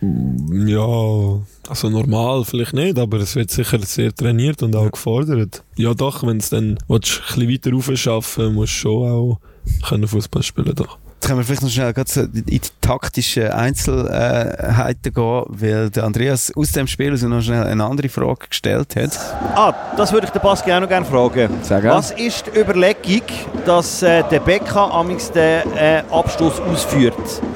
Speaker 2: Ja, also normal vielleicht nicht, aber es wird sicher sehr trainiert und auch ja. gefordert. Ja doch, wenn es dann willst, ein bisschen weiter raufschaffen, musst du schon auch können Fußball spielen doch.
Speaker 1: Jetzt können wir vielleicht noch schnell in die taktischen Einzelheiten gehen, weil der Andreas aus dem Spiel also noch schnell eine andere Frage gestellt hat.
Speaker 6: Ah, das würde ich den Pascal auch noch gerne fragen. Was ist die Überlegung, dass äh, der Becca amigs den äh, Abstoß ausführt?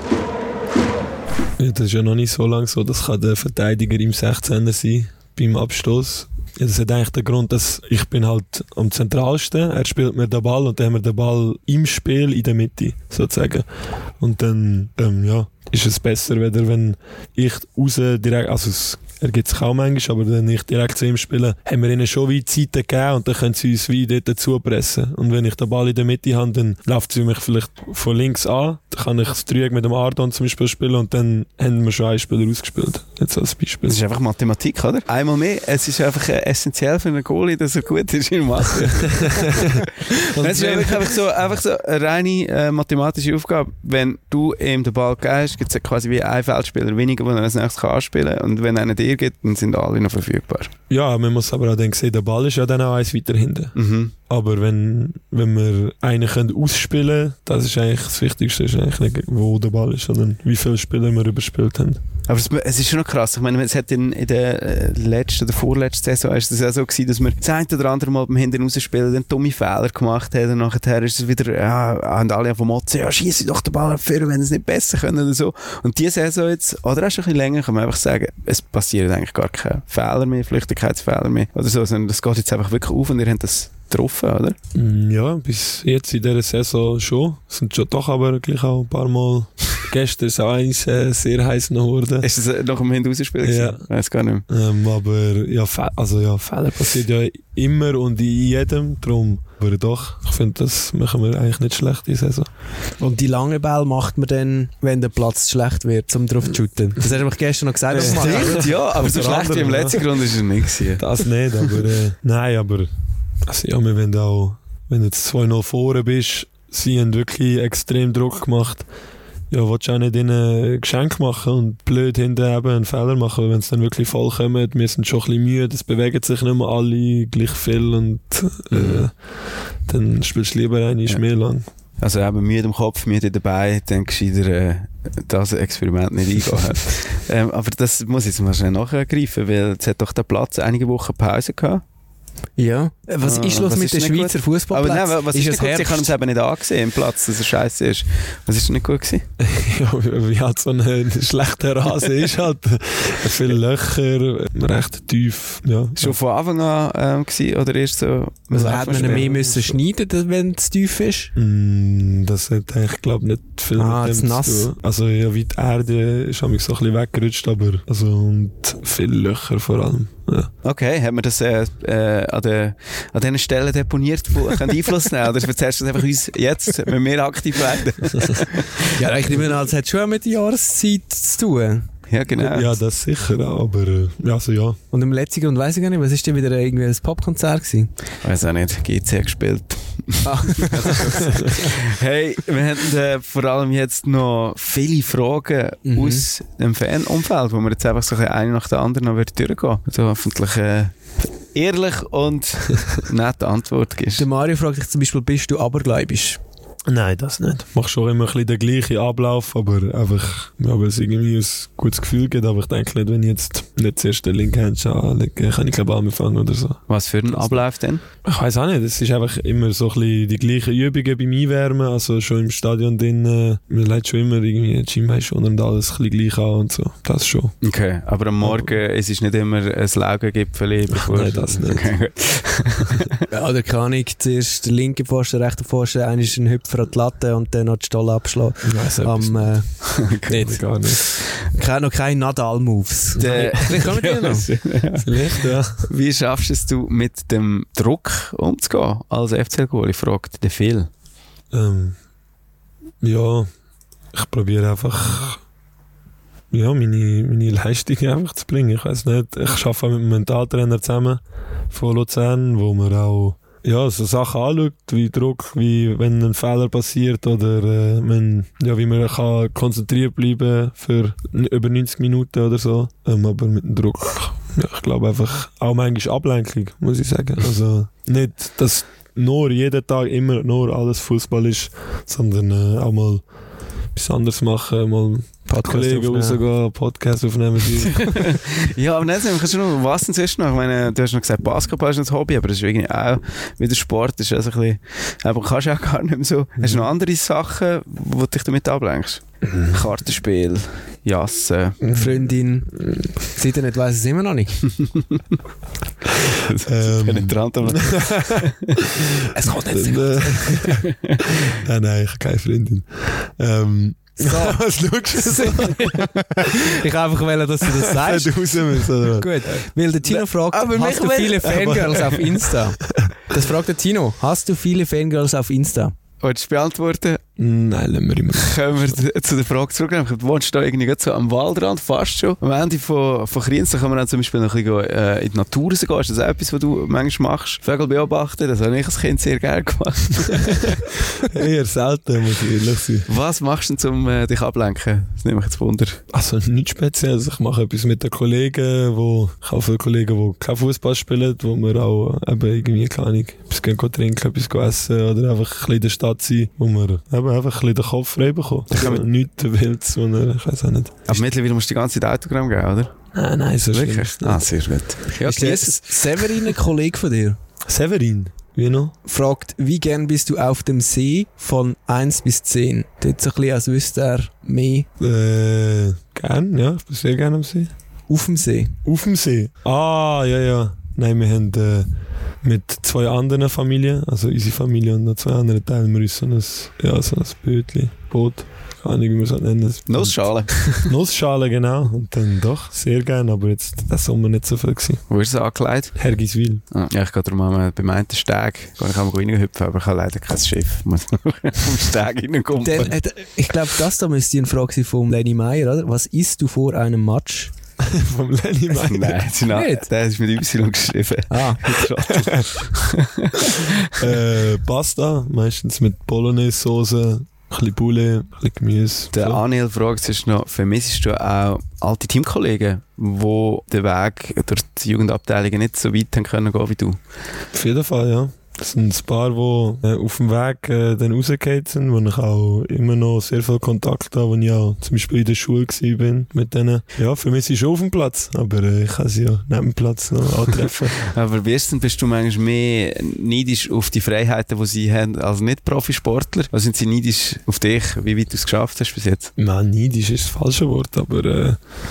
Speaker 2: Ja, das ist ja noch nicht so lange so, das kann der Verteidiger im sechzehner sein beim Abstoß. Ja, das hat eigentlich den Grund, dass ich bin halt am zentralsten. Er spielt mir den Ball und dann haben wir den Ball im Spiel in der Mitte, sozusagen. Und dann, ähm, ja, ist es besser, weder wenn ich raus direkt, also es ergibt sich kaum manchmal, aber wenn ich direkt zu ihm spiele, haben wir ihnen schon wie Zeiten gegeben und dann können sie uns wie dort dazu pressen. Und wenn ich den Ball in der Mitte habe, dann läuft sie mich vielleicht von links an, dann kann ich das Dreieck mit dem Ardon zum Beispiel spielen und dann haben wir schon einen Spieler ausgespielt. Jetzt als Beispiel.
Speaker 1: Das ist einfach Mathematik, oder? Einmal mehr, es ist einfach essentiell für einen Goalie, dass er gut ist in Mathe. Und es ist einfach so, einfach so eine reine äh, mathematische Aufgabe. Wenn du ihm den Ball gibst, gibt es quasi wie einen Feldspieler weniger, den er als nächstes kann anspielen kann. Und wenn einer dir gibt, dann sind alle noch verfügbar.
Speaker 2: Ja, man muss aber auch dann sehen, der Ball ist ja dann auch eins weiter hinten.
Speaker 1: Mhm.
Speaker 2: Aber wenn, wenn wir einen können ausspielen können, das ist eigentlich das Wichtigste, ist eigentlich nicht, wo der Ball ist, sondern wie viele Spieler wir überspielt haben.
Speaker 1: Aber es, es ist schon noch krass. Ich meine, es hat in, in der letzten oder vorletzten Saison ist es ja so gewesen, dass wir das eine oder andere Mal beim Hinten rausspielen dann dumme Fehler gemacht haben. Und nachher ist es wieder, ja, haben alle von Motzen, ja, schieße doch den Ball abführen, wenn sie es nicht besser können oder so. Und diese Saison jetzt, oder auch schon ein bisschen länger, kann man einfach sagen, es passieren eigentlich gar keine Fehler mehr, Flüchtigkeitsfehler mehr oder so, sondern das geht jetzt einfach wirklich auf und ihr habt das getroffen, oder?
Speaker 2: Ja, bis jetzt in dieser Saison schon. Es sind schon doch aber gleich auch ein paar Mal. Gestern ist auch eins äh, sehr heiß noch geworden.
Speaker 1: Ist das nach dem Hinten-Rausspiel?
Speaker 2: Ja.
Speaker 1: Ich weiß gar nicht
Speaker 2: mehr. Ähm, aber ja, Fe- also, ja, Fehler passieren ja immer und in jedem. Darum. Aber doch, ich finde, das machen wir eigentlich nicht schlecht diese Saison.
Speaker 3: Und die lange Ball macht man dann, wenn der Platz schlecht wird, um drauf zu shooten. Das hast du mich gestern noch gesagt.
Speaker 1: Stimmt, ja, aber so schlecht wie im letzten Grund ist es nicht gewesen.
Speaker 2: Das nicht, aber äh, nein, aber also, ja, wir wollen auch, wenn du jetzt zwei null vorne bist, sie haben wirklich extrem Druck gemacht. Ja, willst du auch nicht ihnen ein Geschenk machen und blöd hinten eben einen Fehler machen, wenn es dann wirklich voll kommt. Wir sind schon ein bisschen müde, es bewegen sich nicht mehr alle gleich viel und äh, mhm. dann spielst du lieber eine ja. mehr lang.
Speaker 1: Also eben müde im Kopf, müde dabei, dann gescheiter äh, das Experiment nicht eingehen. ähm, aber das muss ich jetzt mal schnell nachgreifen, weil es hat doch der Platz einige Wochen Pause gehabt.
Speaker 3: Ja. Was ist los
Speaker 1: was
Speaker 3: mit
Speaker 1: ist
Speaker 3: den Schweizer Fußballplätzen?
Speaker 1: Aber nein, was ist, ist denn gut? Ich habe es eben nicht angesehen im Platz, dass er scheiße ist. Was ist denn nicht gut gewesen?
Speaker 2: Ja, wie halt so ein schlechter Rasen ist halt. Viele Löcher, recht tief. Ja.
Speaker 1: Schon von Anfang an ähm, gewesen, oder erst so?
Speaker 3: Also hat man mehr müssen schneiden, wenn es tief ist?
Speaker 2: Mm, das hat eigentlich, glaube nicht viel
Speaker 3: ah,
Speaker 2: mit dem
Speaker 3: nass.
Speaker 2: zu tun. Also ja, wie die Erde ist so ein bisschen weggerutscht, aber also und viele Löcher vor allem. Ja.
Speaker 1: Okay, hat man das äh, äh, an, der, an diesen Stellen deponiert, wo man Einfluss nehmen kann? Oder erzählst du das einfach uns jetzt, wenn wir aktiv werden?
Speaker 3: Ja, ich nehme an, es hat schon mit der Jahreszeit zu tun.
Speaker 1: Ja, genau.
Speaker 2: Ja, das sicher, aber äh, also ja.
Speaker 3: Und im letzten Grund weiss ich gar nicht, was ist denn wieder irgendwie ein Popkonzert gewesen?
Speaker 1: Ich weiß auch nicht, G C gespielt. Ah. Hey, wir haben äh, vor allem jetzt noch viele Fragen mhm. aus dem Fanumfeld, wo wir jetzt einfach so eine nach der anderen noch durchgehen. Also hoffentlich äh, ehrlich und nette Antwort gibst.
Speaker 3: Der Mario fragt dich zum Beispiel, bist du abergläubisch?
Speaker 2: Nein, das nicht. Ich mache schon immer ein bisschen den gleichen Ablauf, aber einfach, ja, weil es irgendwie ein gutes Gefühl gibt. Aber ich denke nicht, wenn ich jetzt nicht zuerst den linken Hand anlege, kann ich glaube anfangen oder so.
Speaker 1: Was für ein Ablauf denn?
Speaker 2: Ich weiss auch nicht. Es ist einfach immer so ein bisschen die gleichen Übungen beim Einwärmen. Also schon im Stadion drin, äh, man legt schon immer irgendwie Gym schon und alles ein bisschen gleich an und so. Das schon.
Speaker 1: Okay, aber am Morgen aber, es ist nicht immer ein Laugengipfel.
Speaker 2: Nein, das nicht.
Speaker 1: Okay.
Speaker 3: Ja, oder kann ich zuerst den linken Pfosten, den rechten Pfosten, einer ist ein Hüpfer an die Latte und dann noch die Stolle abschlagen. Am, äh,
Speaker 2: nicht. Gar nicht.
Speaker 3: Ich habe noch keine Nadal-Moves.
Speaker 1: Vielleicht kann man die noch.
Speaker 2: Vielleicht, ja.
Speaker 1: Wie schaffst es du mit dem Druck umzugehen als F C L-Goalie? Fragt der Phil.
Speaker 2: Ähm, ja, ich probiere einfach ja, meine, meine Leistung einfach zu bringen. Ich weiß nicht, ich arbeite mit einem Mentaltrainer zusammen von Luzern, wo wir auch ja, so Sachen anschaut, wie Druck, wie wenn ein Fehler passiert oder äh, man, ja, wie man kann konzentriert bleiben für über neunzig Minuten oder so. Ähm, aber mit dem Druck, ja, ich glaube einfach auch manchmal Ablenkung, muss ich sagen. Also nicht, dass nur jeden Tag immer nur alles Fußball ist, sondern äh, auch mal etwas anderes machen, mal
Speaker 3: Podcast
Speaker 2: Kollegen rausgehen, Podcast aufnehmen.
Speaker 1: Ja, aber nein, schon noch, was denn sonst noch? Ich meine, du hast noch gesagt, Basketball ist ein Hobby, aber das ist irgendwie auch wieder Sport, das ist also ein bisschen, aber kannst du auch gar nicht mehr so. Mhm. Hast du noch andere Sachen, wo du dich damit ablenkst? Mhm. Kartenspiel, Jassen.
Speaker 3: Freundin, seit er nicht weiss, es immer noch nicht.
Speaker 1: ähm. Penetrant.
Speaker 3: Es kommt jetzt nicht.
Speaker 2: Nein, nein, ich habe keine Freundin. Ähm,
Speaker 3: So.
Speaker 2: Was schaust du so?
Speaker 3: Ich wollte einfach wollen, dass du das sagst.
Speaker 2: Raus müssen, oder was?
Speaker 3: Gut, weil der Tino fragt,
Speaker 1: Aber
Speaker 3: hast du
Speaker 1: mich-
Speaker 3: viele Fangirls auf Insta? Das fragt der Tino. Hast du viele Fangirls auf Insta?
Speaker 1: Wolltest du beantworten?
Speaker 2: Nein, lassen wir immer.
Speaker 1: Kommen wir zu der Frage zurück. Du wohnst da irgendwie gerade so am Waldrand, fast schon. Am Ende von, von Kriens, da kann man dann zum Beispiel noch ein bisschen äh, in die Natur rausgehen. Ist das auch etwas, was du manchmal machst? Vögel beobachten, das habe ich als Kind sehr gerne gemacht.
Speaker 2: Eher selten, muss ich ehrlich sein.
Speaker 1: Was machst du denn, um äh, dich ablenken? Das nehme ich jetzt Wunder.
Speaker 2: Also nichts Spezielles. Ich mache etwas mit den Kollegen, wo, ich habe viele Kollegen, die kein Fußball spielen, wo wir auch eben irgendwie, keine Ahnung, etwas gehen trinken, etwas essen oder einfach ein bisschen in der Stadt sein, wo wir eben einfach ein bisschen den Kopf frei bekommen.
Speaker 1: Da kann man-
Speaker 2: Also, nichts Wildes, wo er, ich weiß auch nicht.
Speaker 1: Aber mittlerweile musst du die ganze Zeit Autogramm geben, oder?
Speaker 2: Nein, nein, so schlimm
Speaker 1: Wirklich?
Speaker 2: ist es nicht.
Speaker 1: Ah, sehr gut. Ja,
Speaker 3: Ist der
Speaker 1: genieß es.
Speaker 3: Severin ein Kollege von dir?
Speaker 2: Severin, wie noch?
Speaker 3: Fragt, wie gern bist du auf dem See von eins bis zehn? Dort so ein bisschen, als wüsste er mehr
Speaker 2: Äh, gern, ja, ich bin sehr gerne am See.
Speaker 3: auf dem See.
Speaker 2: Auf dem See? Ah, ja, ja. Nein, wir haben äh, mit zwei anderen Familien, also unsere Familie und noch zwei andere, teilen wir uns so ein, ja, so ein Bötli, Boot, keine Ahnung, wie man es nennen.
Speaker 1: Nussschale.
Speaker 2: Nussschale, genau. Und dann doch, sehr gerne, aber jetzt, das Sommer nicht so viel gewesen.
Speaker 1: Wo ist es angelegt?
Speaker 2: Hergiswil.
Speaker 1: Ah, ja, ich gehe darum einmal beim einen Steg. Kann ich einmal reinhüpfen, aber ich habe leider kein Schiff. Ich muss noch vom Steg reinkommen.
Speaker 3: Dann, äh, ich glaube, das da müsste eine Frage sein von Lenny Meyer, oder? Was isst du vor einem Match?
Speaker 2: Vom Lenny Meyer.
Speaker 1: Nein, sie noch,
Speaker 3: Nicht?
Speaker 1: der ist mit Y geschrieben.
Speaker 3: Ah,
Speaker 2: äh, Pasta, meistens mit Bolognese-Soße, ein bisschen Poulet, ein bisschen Gemüse.
Speaker 1: Der
Speaker 2: So.
Speaker 1: Aniel fragt sich noch, vermissest du auch alte Teamkollegen, die den Weg durch die Jugendabteilungen nicht so weit haben können gehen wie du?
Speaker 2: Auf jeden Fall, ja. Das sind ein paar, die äh, auf dem Weg äh, dann rausgefallen sind, wo ich auch immer noch sehr viel Kontakt habe, wo ich auch zum Beispiel in der Schule war bin mit denen. Ja, für mich ist schon auf dem Platz, aber äh, ich kann sie ja neben dem Platz noch antreffen.
Speaker 1: Aber wie ist denn, bist du manchmal mehr neidisch auf die Freiheiten, die sie haben, als Nicht-Profisportler? Also sind sie neidisch auf dich, wie weit du es geschafft hast bis jetzt?
Speaker 2: Nein, neidisch ist das falsche Wort, aber äh,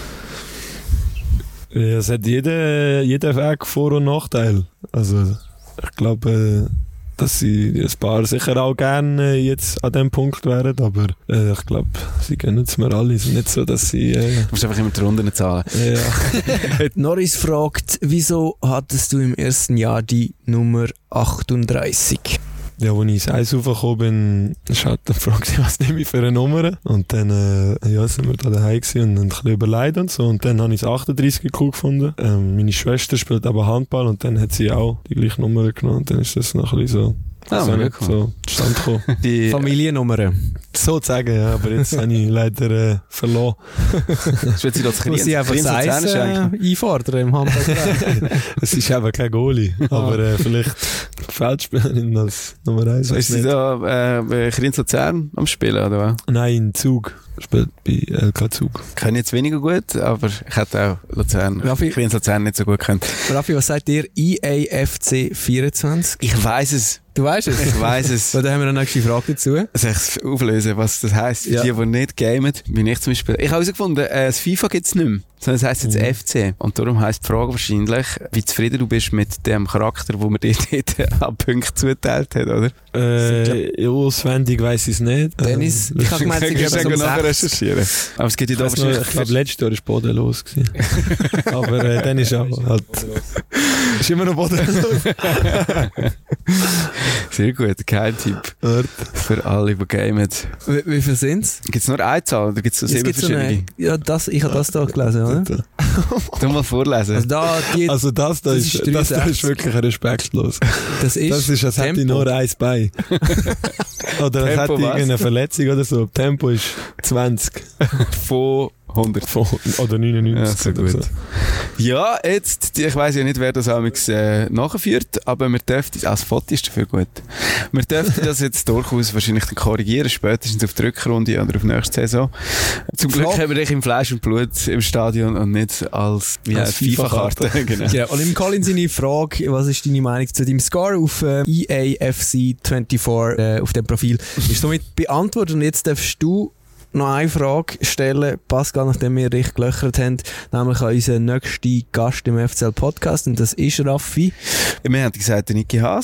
Speaker 2: ja, es hat jeder, jeder Weg Vor- und Nachteil. Also ich glaube, äh, dass sie ein paar sicher auch gerne jetzt an dem Punkt wären, aber äh, ich glaube, sie gönnen es mir alle. Es ist nicht so, dass sie... Äh,
Speaker 1: Du musst einfach immer die Runden zahlen.
Speaker 2: ja.
Speaker 3: Norris fragt, wieso hattest du im ersten Jahr die Nummer achtunddreißig?
Speaker 2: Ja, als ich ins Eis raufgekommen bin, ist halt die Frage, was nehme ich für eine Nummer? Und dann äh, ja, sind wir da daheim gewesen und haben ein bisschen überlegt und so. Und dann habe ich das achtunddreißig cool gefunden. Ähm, meine Schwester spielt aber Handball und dann hat sie auch die gleiche Nummer genommen. Und dann ist das noch ein bisschen so,
Speaker 1: Ah,
Speaker 2: so, nicht
Speaker 1: wirklich?
Speaker 2: so zustande gekommen.
Speaker 1: Die,
Speaker 3: Familiennummern.
Speaker 2: Sozusagen, ja. Aber jetzt habe ich leider äh, verloren.
Speaker 1: das wird sie das
Speaker 3: Muss ich einfach das Eis äh, einfordern im Handball.
Speaker 2: Es ist eben kein Goalie. Aber äh, vielleicht Feldspielerin als Nummer eins.
Speaker 1: Ist sie da äh, bei Kriens Luzern am Spielen, oder was?
Speaker 2: Nein, in Zug. Spielt bei L K Zug.
Speaker 1: Ich kenne jetzt weniger gut, aber ich hätte auch Luzern,
Speaker 3: Raffi-
Speaker 1: Kriens Luzern nicht so gut gekannt.
Speaker 3: Raffi, was sagt ihr? I A F C vierundzwanzig?
Speaker 1: Ich weiss es.
Speaker 3: Du weißt es?
Speaker 1: Ich weiss es.
Speaker 3: So, da haben wir eine nächste Frage dazu.
Speaker 1: Soll ich es auflösen, was das heisst? Für
Speaker 3: Ja.
Speaker 1: die, die nicht gamen, bin ich zum Beispiel. Ich habe herausgefunden, äh, das FIFA gibt es nicht mehr, sondern es heisst jetzt
Speaker 2: Mhm.
Speaker 1: F C. Und darum heisst die Frage wahrscheinlich, wie zufrieden du bist mit dem Charakter, wo man dir dort an Punkte zugeteilt hat, oder?
Speaker 2: Äh, ja, auswendig weiss ich es nicht.
Speaker 3: Dennis,
Speaker 2: Ähm,
Speaker 3: ich habe gemeint, sie
Speaker 1: Ich
Speaker 3: geben
Speaker 1: kann
Speaker 3: es um
Speaker 1: nachher
Speaker 3: sechzig.
Speaker 1: recherchieren. Aber es gibt ja
Speaker 2: Ich,
Speaker 1: da
Speaker 2: weiss noch, ich glaube, letztes Jahr war bodenlos. gewesen. Aber äh, dann ist auch halt... ist immer noch bodenlos.
Speaker 1: Sehr gut, kein Tipp für alle, die gamen.
Speaker 3: Wie, wie viel sind es?
Speaker 1: Gibt es nur eine Zahl oder gibt es so sieben
Speaker 3: gibt's so
Speaker 1: verschiedene?
Speaker 3: eine, ja, das, ich habe das da gelesen, oder?
Speaker 1: Du mal vorlesen.
Speaker 3: Also da, die,
Speaker 2: Also das, da
Speaker 3: Das
Speaker 2: ist,
Speaker 3: ist
Speaker 2: das, da
Speaker 3: dreiundsechzig.
Speaker 2: ist wirklich respektlos.
Speaker 3: das ist,
Speaker 2: Das ist, als hätte ich
Speaker 3: Tempo.
Speaker 2: nur eins Bein. Oder als
Speaker 1: Tempo
Speaker 2: hätte ich
Speaker 1: was?
Speaker 2: irgendeine Verletzung oder so. Tempo ist zwanzig.
Speaker 1: Von hundert.
Speaker 2: Von, oder neunundneunzig.
Speaker 1: Ja, so
Speaker 2: oder
Speaker 1: gut. Ja, jetzt, ich weiss ja nicht, wer das amigs äh, nachführt, aber wir dürften, als Foto ist dafür gut, wir dürften das jetzt durchaus wahrscheinlich dann korrigieren, spätestens auf die Rückrunde oder auf nächste Saison. Zum Glück
Speaker 3: Flop.
Speaker 1: haben wir dich im Fleisch und Blut im Stadion und nicht als, wie
Speaker 2: Als
Speaker 1: heißt, FIFA-Karte. genau.
Speaker 3: Genau. Und im Colin seine Frage, was ist deine Meinung zu deinem Score auf äh, E A F C vierundzwanzig äh, auf dem Profil, ist somit beantwortet. Und jetzt darfst du noch eine Frage stellen, Pascal, nachdem wir dich gelöchert haben, nämlich an unseren nächsten Gast im F C L Podcast, und das ist Raffi.
Speaker 1: Wir haben gesagt, der Niki Haas.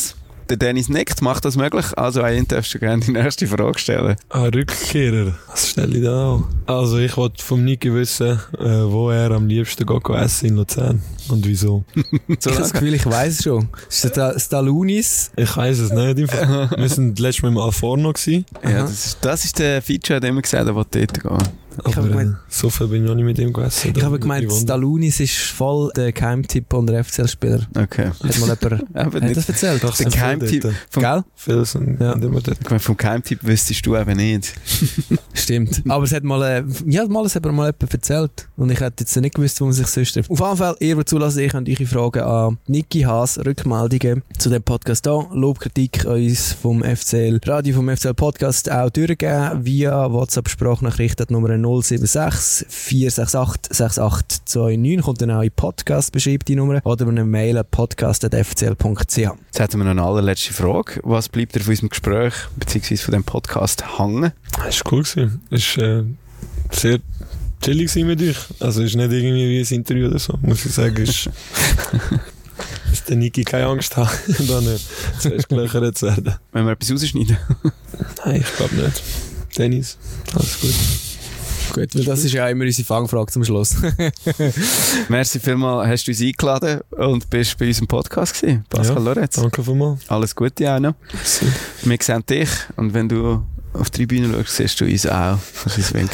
Speaker 1: Der Dennis nickt, macht das möglich? Also, Ayin, darfst du gerne die nächste Frage stellen.
Speaker 2: Ah, Rückkehrer. Was stelle ich da an? Also, ich wollte vom Niki wissen, äh, wo er am liebsten geht essen in Luzern. Und wieso?
Speaker 3: Ich habe das Gefühl, ich weiss es schon. Ist das Stalunis?
Speaker 2: Ich weiss es nicht. Wir waren letztes Mal im Alforno.
Speaker 1: Ja, das ist, das ist der Feature, den wir gesagt haben, der dort geht.
Speaker 2: Ich habe gemeint, so viel bin ich noch nicht mit ihm gegessen.
Speaker 3: Ich habe gemeint, Stalunis ist voll der Geheimtipp unter F C L-Spieler.
Speaker 1: Okay.
Speaker 3: Hat mal jemand
Speaker 1: hat
Speaker 3: nicht das erzählt?
Speaker 1: Doch, der Geheimtipp.
Speaker 3: Gell?
Speaker 2: Ja.
Speaker 1: Ich vom Geheimtipp wüsstest du eben nicht.
Speaker 3: Stimmt. Aber es hat mal, äh, ja, mal, es hat mir mal jemand erzählt. Und ich hätte jetzt nicht gewusst, wo man sich sonst trifft. Auf jeden Fall, ihr, die zulassen, ich könnt eure Fragen an Niki Haas, Rückmeldungen zu dem Podcast hier, Lobkritik an uns vom F C L Radio, vom F C L Podcast auch durchgeben via WhatsApp-Sprachnachricht Nummer null sieben sechs vier sechs acht sechs acht zwei neun. Kommt dann auch in Podcast, beschreibt die Nummer. Oder über eine Mail an podcast at f c l punkt c h.
Speaker 1: Jetzt hätten wir noch eine allerletzte Frage. Was bleibt dir von unserem Gespräch bzw. von diesem Podcast hängen?
Speaker 2: Es war cool. Es war äh, sehr chillig mit euch. Also es ist nicht irgendwie wie ein Interview oder so, muss ich sagen. Es ist, dass der Niki keine Angst hat, dann zuerst gelöchert zu werden.
Speaker 1: Wenn wir etwas rausschneiden?
Speaker 2: Nein, ich glaube nicht. Dennis, alles gut.
Speaker 3: Gut, weil das ist ja immer unsere Fangfrage zum Schluss.
Speaker 1: Merci vielmals, hast du uns eingeladen und bist bei unserem Podcast gewesen, Pascal
Speaker 2: Ja,
Speaker 1: Lorenz.
Speaker 2: danke vielmals.
Speaker 1: Alles Gute auch noch. Wir sehen dich und wenn du auf die Tribüne schaust, siehst du uns auch. Das ist ein Wink.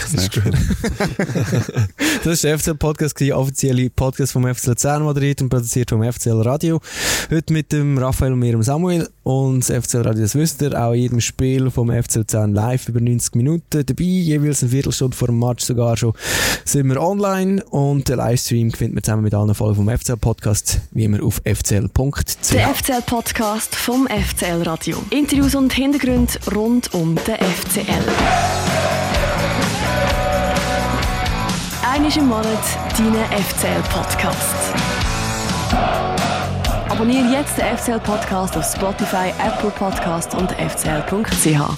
Speaker 3: Das ist der F C L-Podcast, der offizielle Podcast vom F C L Luzern moderiert und produziert vom F C L Radio. Heute mit dem Raphael und mir, dem Samuel. Und das F C L Radio, das wisst ihr, auch in jedem Spiel vom F C L Luzern live über neunzig Minuten dabei. Jeweils eine Viertelstunde vor dem Match sogar schon sind wir online. Und den Livestream findet man zusammen mit allen Folgen vom F C L-Podcast, wie immer auf f c l punkt c h.
Speaker 4: Der F C L-Podcast vom F C L Radio. Interviews und Hintergründe rund um den F C L. Einmal im Monat deinen F C L-Podcast. Abonniere jetzt den F C L-Podcast auf Spotify, Apple Podcasts und f c l punkt c h.